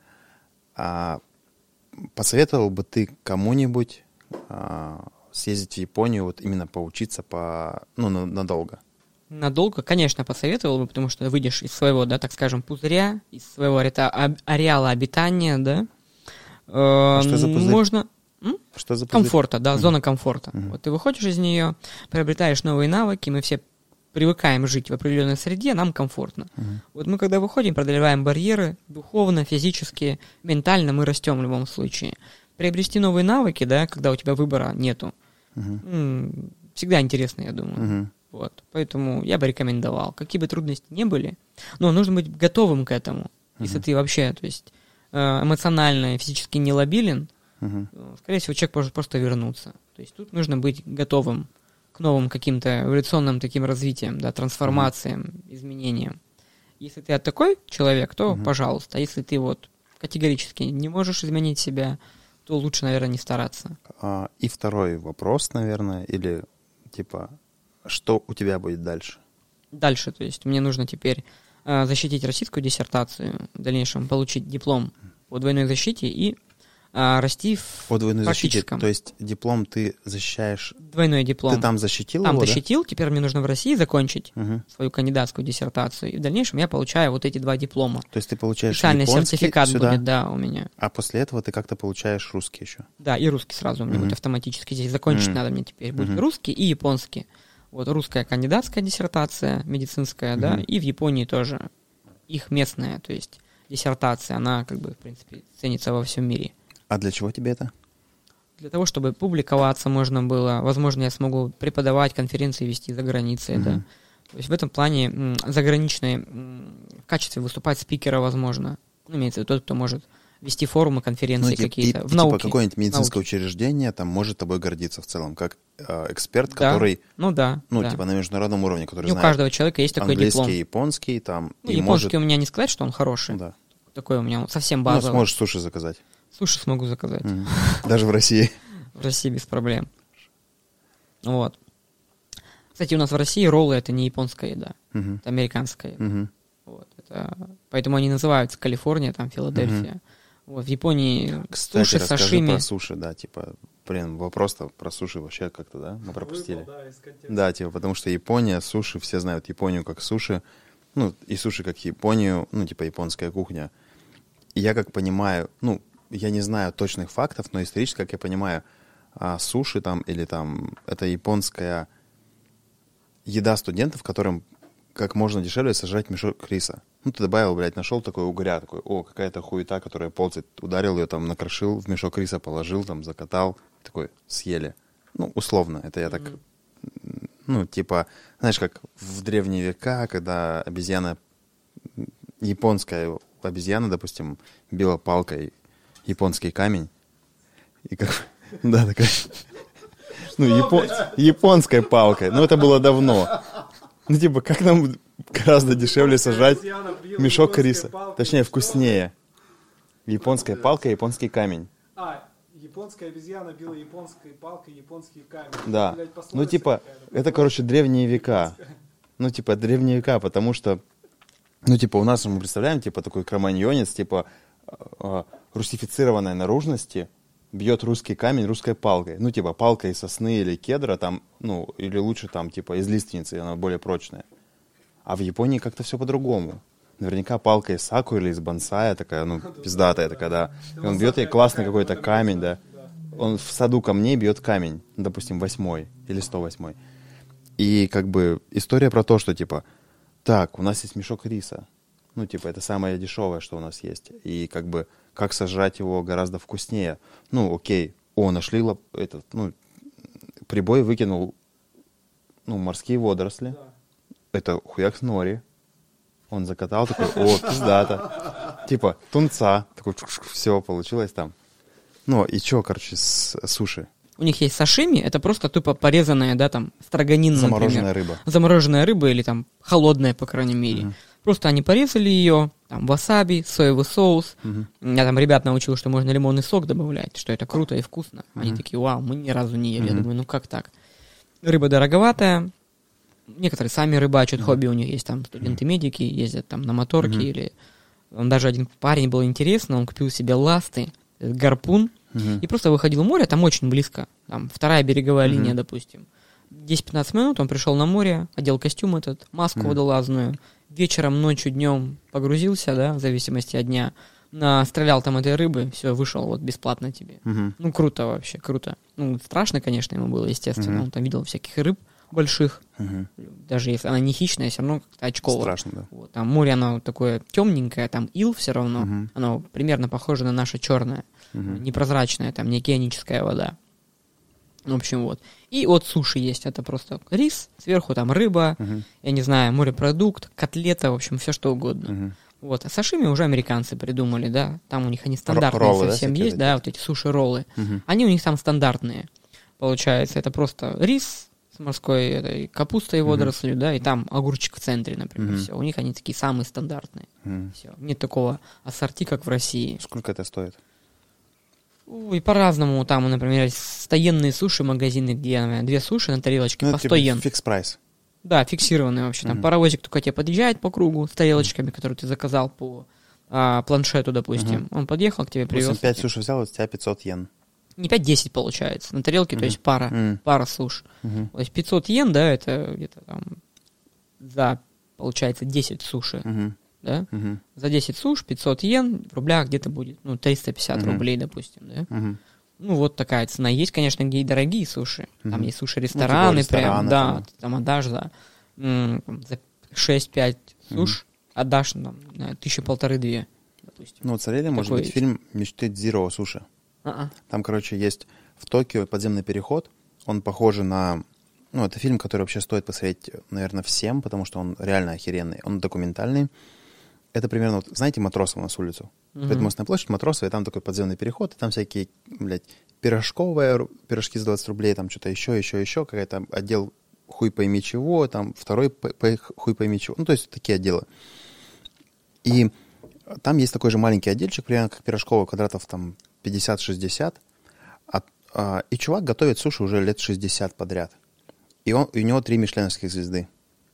Посоветовал бы ты кому-нибудь съездить в Японию, вот именно поучиться надолго? Надолго, конечно, посоветовал бы, потому что выйдешь из своего, да, так скажем, пузыря, из своего ареала обитания, да. Что за пузырь? Можно... Что за пузырь? Комфорта, да, зона комфорта. Вот ты выходишь из нее, приобретаешь новые навыки, мы все привыкаем жить в определенной среде, нам комфортно. Вот мы, когда выходим, преодолеваем барьеры духовно, физически, ментально, мы растем в любом случае. Приобрести новые навыки, да, когда у тебя выбора нету, всегда интересно, я думаю. Вот. Поэтому я бы рекомендовал. Какие бы трудности ни были, но нужно быть готовым к этому. Если ты вообще, то есть, эмоционально и физически не лабилен, скорее всего, человек может просто вернуться. То есть тут нужно быть готовым к новым каким-то эволюционным таким развитиям, да, трансформациям, изменениям. Если ты такой человек, то пожалуйста. А если ты вот категорически не можешь изменить себя, то лучше, наверное, не стараться. И второй вопрос, наверное, или типа, что у тебя будет дальше? Дальше, то есть мне нужно теперь защитить российскую диссертацию, в дальнейшем получить диплом по двойной защите и расти в двойной защите, практическом. то есть диплом ты защищаешь... Двойной диплом. Ты там защитил там его, защитил, да? Теперь мне нужно в России закончить свою кандидатскую диссертацию, и в дальнейшем я получаю вот эти 2 диплома. То есть ты получаешь специальный японский сертификат сюда, будет, да, у меня. а после этого ты как-то получаешь русский еще. Да, и русский сразу у меня будет автоматически. Здесь закончить надо мне теперь. Будет русский и японский. Вот русская кандидатская диссертация медицинская, да, и в Японии тоже их местная, то есть диссертация, она как бы, в принципе, ценится во всем мире. А для чего тебе это? Для того, чтобы публиковаться можно было, возможно, я смогу преподавать, конференции вести за границей, да. То есть в этом плане заграничные в качестве выступать спикера, возможно. Ну, имеется в виду тот, кто может вести форумы, конференции какие-то в науке. Типа какое-нибудь медицинское учреждение там может тобой гордиться в целом, как эксперт, который, типа на международном уровне, который знает. У каждого человека есть такой английский, диплом. Японский, там. Ну, японский у меня не сказать, что он хороший. Да. Такой у меня совсем базовый. Ну, сможешь суши заказать. Суши смогу заказать. Даже в России. В России без проблем. Вот. Кстати, у нас в России роллы — это не японская еда, это американская еда. Вот, поэтому они называются Калифорния, там, Филадельфия. Вот, вЯпонии кстати, суши, сашими. Про суши, да, типа, вопрос-то про суши вообще как-то, да, мы пропустили. Да, типа, потому что Япония, суши, все знают Японию как суши, ну, и суши как Японию, ну, типа, японская кухня. И я как понимаю, ну, я не знаю точных фактов, но исторически, как я понимаю, суши там или там, это японская еда студентов, которым как можно дешевле сожрать мешок риса. Ну, ты добавил, блядь, нашел такой угря, такой, какая-то хуета, которая ползает, ударил ее там, накрошил, в мешок риса положил, там, закатал, такой, съели. Ну, условно, это я так, ну, типа, знаешь, как в древние века, когда японская обезьяна, допустим, била палкой японский камень, и как, да, такая, ну, японской палкой, но это было давно. Ну, типа, как нам гораздо дешевле сажать мешок риса? Точнее, вкуснее. Японская палка, японский камень. Японская обезьяна била японской палкой японский камень. Да. Ну, типа, это, короче, древние века. Ну, типа, древние века, потому что, ну, типа, у нас мы представляем, типа, такой кроманьонец, типа, русифицированной наружности, бьет русский камень русской палкой. Ну, типа, палка из сосны или кедра, там, ну, или лучше там, типа, из лиственницы, она более прочная. А в Японии как-то все по-другому. Наверняка палка из саку или из бонсая такая, ну, пиздатая такая, да. И он бьет ей классный какой-то камень, да. Он в саду камней бьет камень, допустим, 8-й или 108-й. И, как бы, история про то, что, типа, так, у нас есть мешок риса. Ну, типа, это самое дешевое, что у нас есть. И, как бы, как сожрать его гораздо вкуснее. Ну, окей. Нашли прибой выкинул, ну, морские водоросли. Да. Это хуяк с нори. Он закатал, такой, пиздата. Типа, тунца. Такой, все, получилось там. Ну, и чё, короче, с суши? У них есть сашими, это просто тупо порезанная, да, там, строганина, замороженная рыба. Замороженная рыба или там холодная, по крайней мере. Просто они порезали ее, там, васаби, соевый соус. Я там ребят научил, что можно лимонный сок добавлять, что это круто и вкусно. Они такие, вау, мы ни разу не ели. Я думаю, ну как так? Рыба дороговатая. Некоторые сами рыбачат, хобби у них есть, там, студенты-медики ездят там на моторке или... Даже один парень был интересно, он купил себе ласты, гарпун, и просто выходил в море, там очень близко, там, 2-я береговая линия, допустим. 10-15 минут он пришел на море, одел костюм этот, маску водолазную, вечером, ночью, днем погрузился, да, в зависимости от дня, стрелял там этой рыбы, все, вышел вот бесплатно тебе. Ну, круто вообще, круто. Ну, страшно, конечно, ему было, естественно, он там видел всяких рыб больших, даже если она не хищная, все равно как-то очково. Страшно, да. Вот, там море, оно такое темненькое, там ил все равно, оно примерно похоже на наше черное, непрозрачная, там не океаническая вода. В общем, вот. И от суши есть, это просто рис, сверху там рыба, я не знаю, морепродукт, котлета, в общем, все что угодно. Вот. А сашими уже американцы придумали, да, там у них они стандартные роллы, совсем да, есть, да, вот эти суши-роллы. Они у них там стандартные, получается, это просто рис с морской этой капустой и водорослью, да, и там огурчик в центре, например, все. У них они такие самые стандартные. Все. Нет такого ассорти, как в России. Сколько это стоит? И по-разному. Там, например, есть стоенные суши-магазины, где, наверное, 2 суши на тарелочке по 100 йен. Фикс-прайс. Да, фиксированные вообще. Там паровозик только тебе подъезжает по кругу с тарелочками, которые ты заказал по планшету, допустим. Он подъехал к тебе, привез. 5 суши взял, у тебя 500 йен. Не 5-10 получается. На тарелке, то есть пара суш. То есть 500 йен, да, это где-то там за, получается, 10 суши. Да? За 10 суш 500 йен в рублях где-то будет, 350 рублей, допустим, да? Ну, вот такая цена. Есть, конечно, где и дорогие суши. Там есть суши-рестораны, прям, да, ты там отдашь за 6-5 суш, отдашь, там, 1,5-2, допустим. Ну, вот смотрели, может быть, фильм «Мечты Дзиро Суши». Там, короче, есть в Токио подземный переход. Он похож на... Ну, это фильм, который вообще стоит посмотреть, наверное, всем, потому что он реально охеренный. Он документальный. Это примерно, вот, знаете, Матросова у нас улицу? Предмостная площадь, Матросова, и там такой подземный переход, и там всякие, пирожки за 20 рублей, там что-то еще, какой-то отдел хуй пойми чего, там второй хуй пойми чего. Ну, то есть такие отделы. И там есть такой же маленький отдельчик, примерно как пирожковый, квадратов там 50-60, и чувак готовит суши уже лет 60 подряд. И у него 3 мишленовских звезды.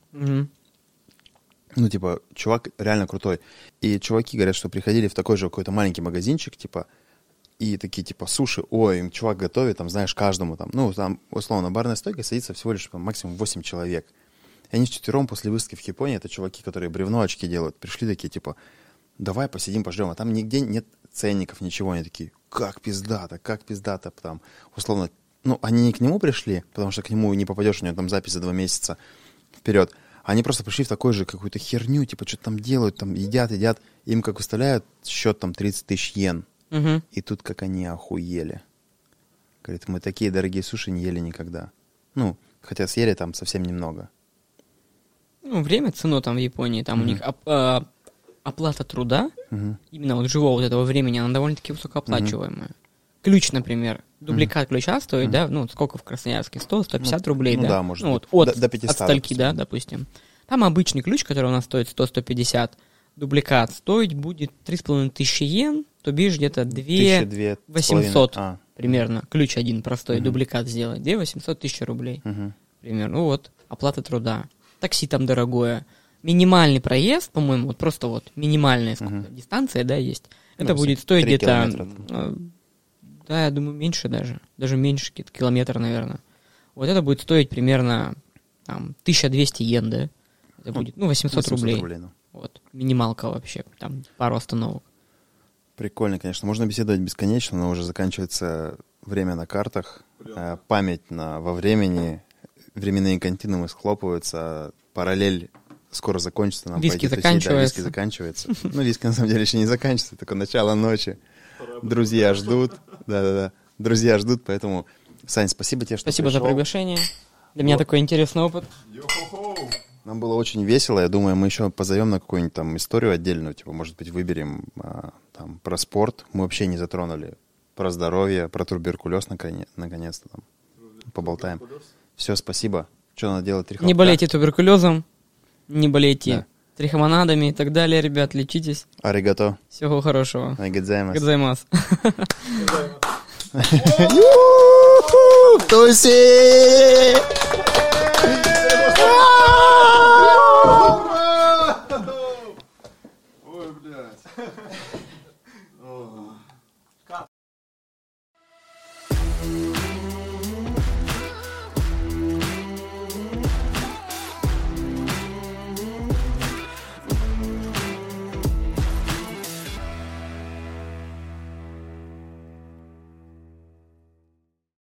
Ну, типа, чувак реально крутой. И чуваки говорят, что приходили в такой же какой-то маленький магазинчик, типа, и такие, типа, суши, им чувак готовит, там, знаешь, каждому там, там, условно, барная стойка садится всего лишь, максимум 8 человек. И они вчетвером после выставки в Японии, это чуваки, которые бревно очки делают, пришли такие, типа, давай посидим, пожрем, а там нигде нет ценников, ничего. Они такие, как пиздато, там, условно, они не к нему пришли, потому что к нему не попадешь, у него там запись за 2 месяца вперед. Они просто пришли в такую же какую-то херню, типа, что-то там делают, там едят, им как выставляют счет там 30 тысяч йен. И тут как они охуели. Говорит, мы такие дорогие суши не ели никогда. Ну, хотя съели там совсем немного. Ну, время, цену там в Японии, там у них оплата труда, именно вот живого вот этого времени, она довольно-таки высокооплачиваемая. Ключ, например, дубликат ключа стоит, да, сколько в Красноярске? 100-150 рублей, да? Да, может быть. Вот до 500, от стольки, да, допустим. Там обычный ключ, который у нас стоит 100-150, дубликат стоить будет 3500 йен, то бишь где-то 2800 примерно. Ключ один простой, дубликат сделать. 2800 тысяч рублей. Примерно. Ну вот, оплата труда. Такси там дорогое. Минимальный проезд, по-моему, вот просто вот минимальная дистанция, да, есть. Это будет стоить где-то... Да, я думаю, меньше даже. Даже меньше, где-то километр, наверное. Вот это будет стоить примерно там, 1200 йен, да? Это будет, 800 рублей. Вот, минималка вообще, там пару остановок. Прикольно, конечно. Можно беседовать бесконечно, но уже заканчивается время на картах, память во времени, временные континуумы схлопываются, параллель скоро закончится. Нам виски заканчивается. Виски заканчивается. Виски на самом деле еще не заканчивается, только начало ночи. Друзья ждут. Да. Друзья ждут, поэтому, Сань, спасибо тебе, что Спасибо пришел. за приглашение. Для меня такой интересный опыт. Нам было очень весело. Я думаю, мы еще позовем на какую-нибудь там историю отдельную. Типа, может быть, выберем там про спорт. Мы вообще не затронули. Про здоровье, про туберкулез наконец-то там поболтаем. Все, спасибо. Что надо делать? 3 хлопка? Не болейте туберкулезом, не болейте трихомонадами и так далее, ребят, лечитесь. Аригато. Всего хорошего. Гадзаймас. Гадзаймас. Туси!